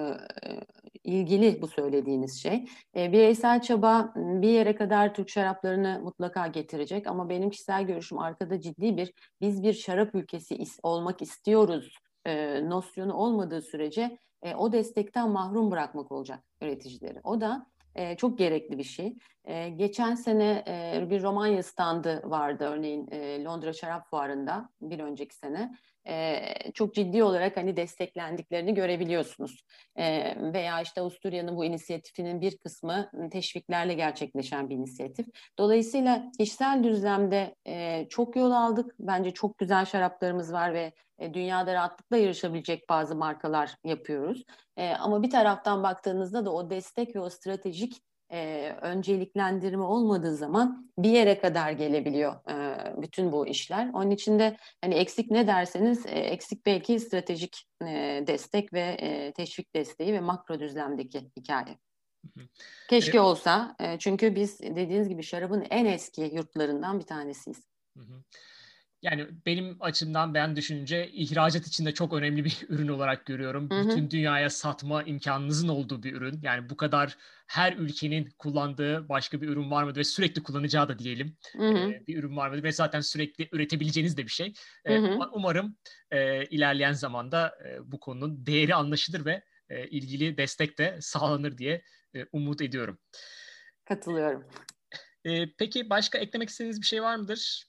ilgili bu söylediğiniz şey. E, bireysel çaba bir yere kadar Türk şaraplarını mutlaka getirecek, ama benim kişisel görüşüm arkada ciddi bir biz bir şarap ülkesi is- olmak istiyoruz e, nosyonu olmadığı sürece e, o destekten mahrum bırakmak olacak üreticileri. O da e, çok gerekli bir şey. E, geçen sene e, bir Romanya standı vardı örneğin e, Londra Şarap Fuarı'nda bir önceki sene. E, çok ciddi olarak hani desteklendiklerini görebiliyorsunuz. E, veya işte Avusturya'nın bu inisiyatifinin bir kısmı teşviklerle gerçekleşen bir inisiyatif. Dolayısıyla kişisel düzlemde e, çok yol aldık. Bence çok güzel şaraplarımız var ve e, dünyada rahatlıkla yarışabilecek bazı markalar yapıyoruz. E, ama bir taraftan baktığınızda da o destek ve o stratejik e, önceliklendirme olmadığı zaman bir yere kadar gelebiliyor e, bütün bu işler. Onun için de hani eksik ne derseniz e, eksik belki stratejik e, destek ve e, teşvik desteği ve makro düzlemdeki hikaye. Hı hı. Keşke E, olsa. E, çünkü biz dediğiniz gibi şarabın en eski yurtlarından bir tanesiyiz. hı hı. Yani benim açımdan ben düşününce ihracat için de çok önemli bir ürün olarak görüyorum. Hı hı. Bütün dünyaya satma imkanınızın olduğu bir ürün. Yani bu kadar her ülkenin kullandığı başka bir ürün var mıdır ve sürekli kullanacağı da diyelim Hı hı. e, bir ürün var mıdır ve zaten sürekli üretebileceğiniz de bir şey. Hı E, hı. um- umarım e, ilerleyen zamanda e, bu konunun değeri anlaşılır ve e, ilgili destek de sağlanır diye e, umut ediyorum. Katılıyorum. E, peki başka eklemek istediğiniz bir şey var mıdır?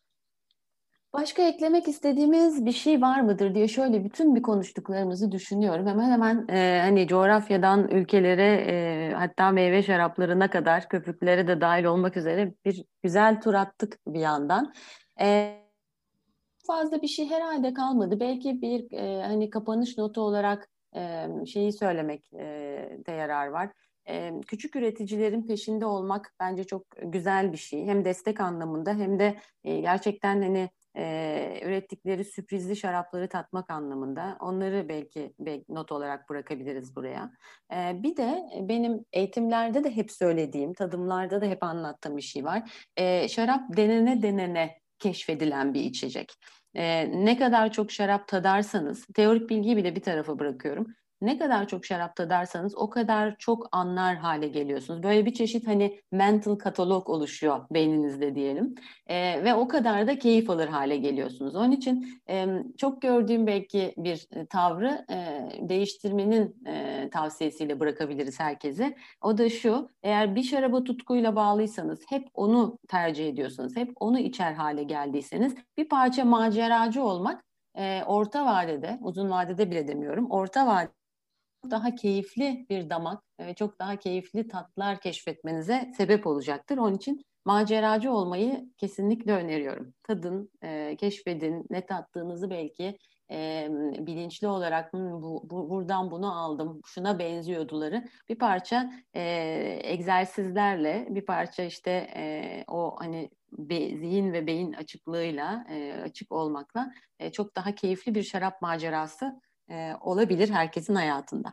Başka eklemek istediğimiz bir şey var mıdır diye şöyle bütün bir konuştuklarımızı düşünüyorum. Hemen hemen e, hani coğrafyadan ülkelere e, hatta meyve şaraplarına kadar köpüklere de dahil olmak üzere bir güzel tur attık bir yandan. E, fazla bir şey herhalde kalmadı. Belki bir e, hani kapanış notu olarak e, şeyi söylemek e, de yarar var. E, küçük üreticilerin peşinde olmak bence çok güzel bir şey. Hem destek anlamında hem de e, gerçekten hani e, ürettikleri sürprizli şarapları tatmak anlamında. Onları belki, belki not olarak bırakabiliriz buraya. E, bir de benim eğitimlerde de hep söylediğim, tadımlarda da hep anlattığım bir şey var. E, şarap denene denene keşfedilen bir içecek. Ee, ne kadar çok şarap tadarsanız, teorik bilgiyi bile bir tarafa bırakıyorum. Ne kadar çok şarap tadarsanız o kadar çok anlar hale geliyorsunuz. Böyle bir çeşit hani mental katalog oluşuyor beyninizde diyelim. Ee, ve o kadar da keyif alır hale geliyorsunuz. Onun için e, çok gördüğüm belki bir e, tavrı e, değiştirmenin e, tavsiyesiyle bırakabiliriz herkese. O da şu, eğer bir şaraba tutkuyla bağlıysanız, hep onu tercih ediyorsanız, hep onu içer hale geldiyseniz, bir parça maceracı olmak e, orta vadede, uzun vadede bile demiyorum, orta vadede daha keyifli bir damak, e, çok daha keyifli tatlar keşfetmenize sebep olacaktır. Onun için maceracı olmayı kesinlikle öneriyorum. Tadın, e, keşfedin, ne tattığınızı belki e, bilinçli olarak bu, bu, buradan bunu aldım, şuna benziyorduları bir parça e, egzersizlerle, bir parça işte e, o hani be, zihin ve beyin açıklığıyla, e, açık olmakla e, çok daha keyifli bir şarap macerası e, olabilir herkesin hayatında.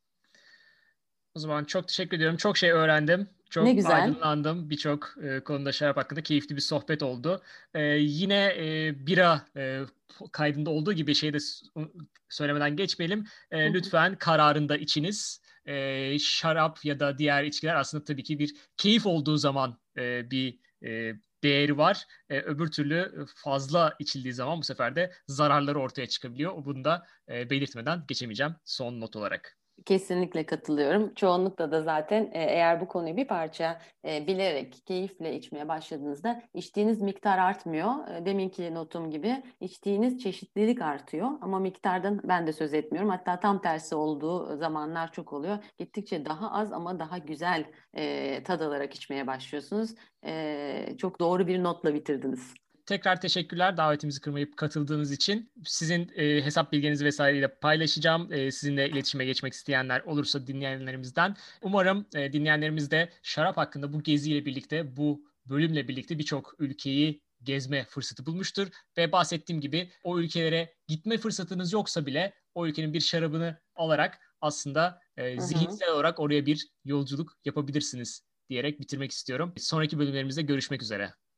O zaman çok teşekkür ediyorum. Çok şey öğrendim. Ne Çok güzel. aydınlandım. Birçok e, konuda şarap hakkında keyifli bir sohbet oldu. E, yine e, bira e, kaydında olduğu gibi şey de s- söylemeden geçmeyelim. Hı E, hı. lütfen kararında içiniz. E, şarap ya da diğer içkiler aslında tabii ki bir keyif olduğu zaman e, bir e, değeri var. E, öbür türlü fazla içildiği zaman bu sefer de zararları ortaya çıkabiliyor. Bunu da e, belirtmeden geçemeyeceğim son not olarak. Kesinlikle katılıyorum. Çoğunlukla da zaten e, eğer bu konuyu bir parça e, bilerek, keyifle içmeye başladığınızda içtiğiniz miktar artmıyor. E, deminki notum gibi içtiğiniz çeşitlilik artıyor. Ama miktardan ben de söz etmiyorum. Hatta tam tersi olduğu zamanlar çok oluyor. Gittikçe daha az ama daha güzel e, tad alarak içmeye başlıyorsunuz. E, çok doğru bir notla bitirdiniz. Tekrar teşekkürler davetimizi kırmayıp katıldığınız için. Sizin e, hesap bilginizi vesaireyle paylaşacağım. E, sizinle iletişime geçmek isteyenler olursa dinleyenlerimizden. Umarım e, dinleyenlerimiz de şarap hakkında bu geziyle birlikte, bu bölümle birlikte birçok ülkeyi gezme fırsatı bulmuştur. Ve bahsettiğim gibi o ülkelere gitme fırsatınız yoksa bile o ülkenin bir şarabını alarak aslında e, Hı hı. zihinsel olarak oraya bir yolculuk yapabilirsiniz diyerek bitirmek istiyorum. Sonraki bölümlerimizde görüşmek üzere.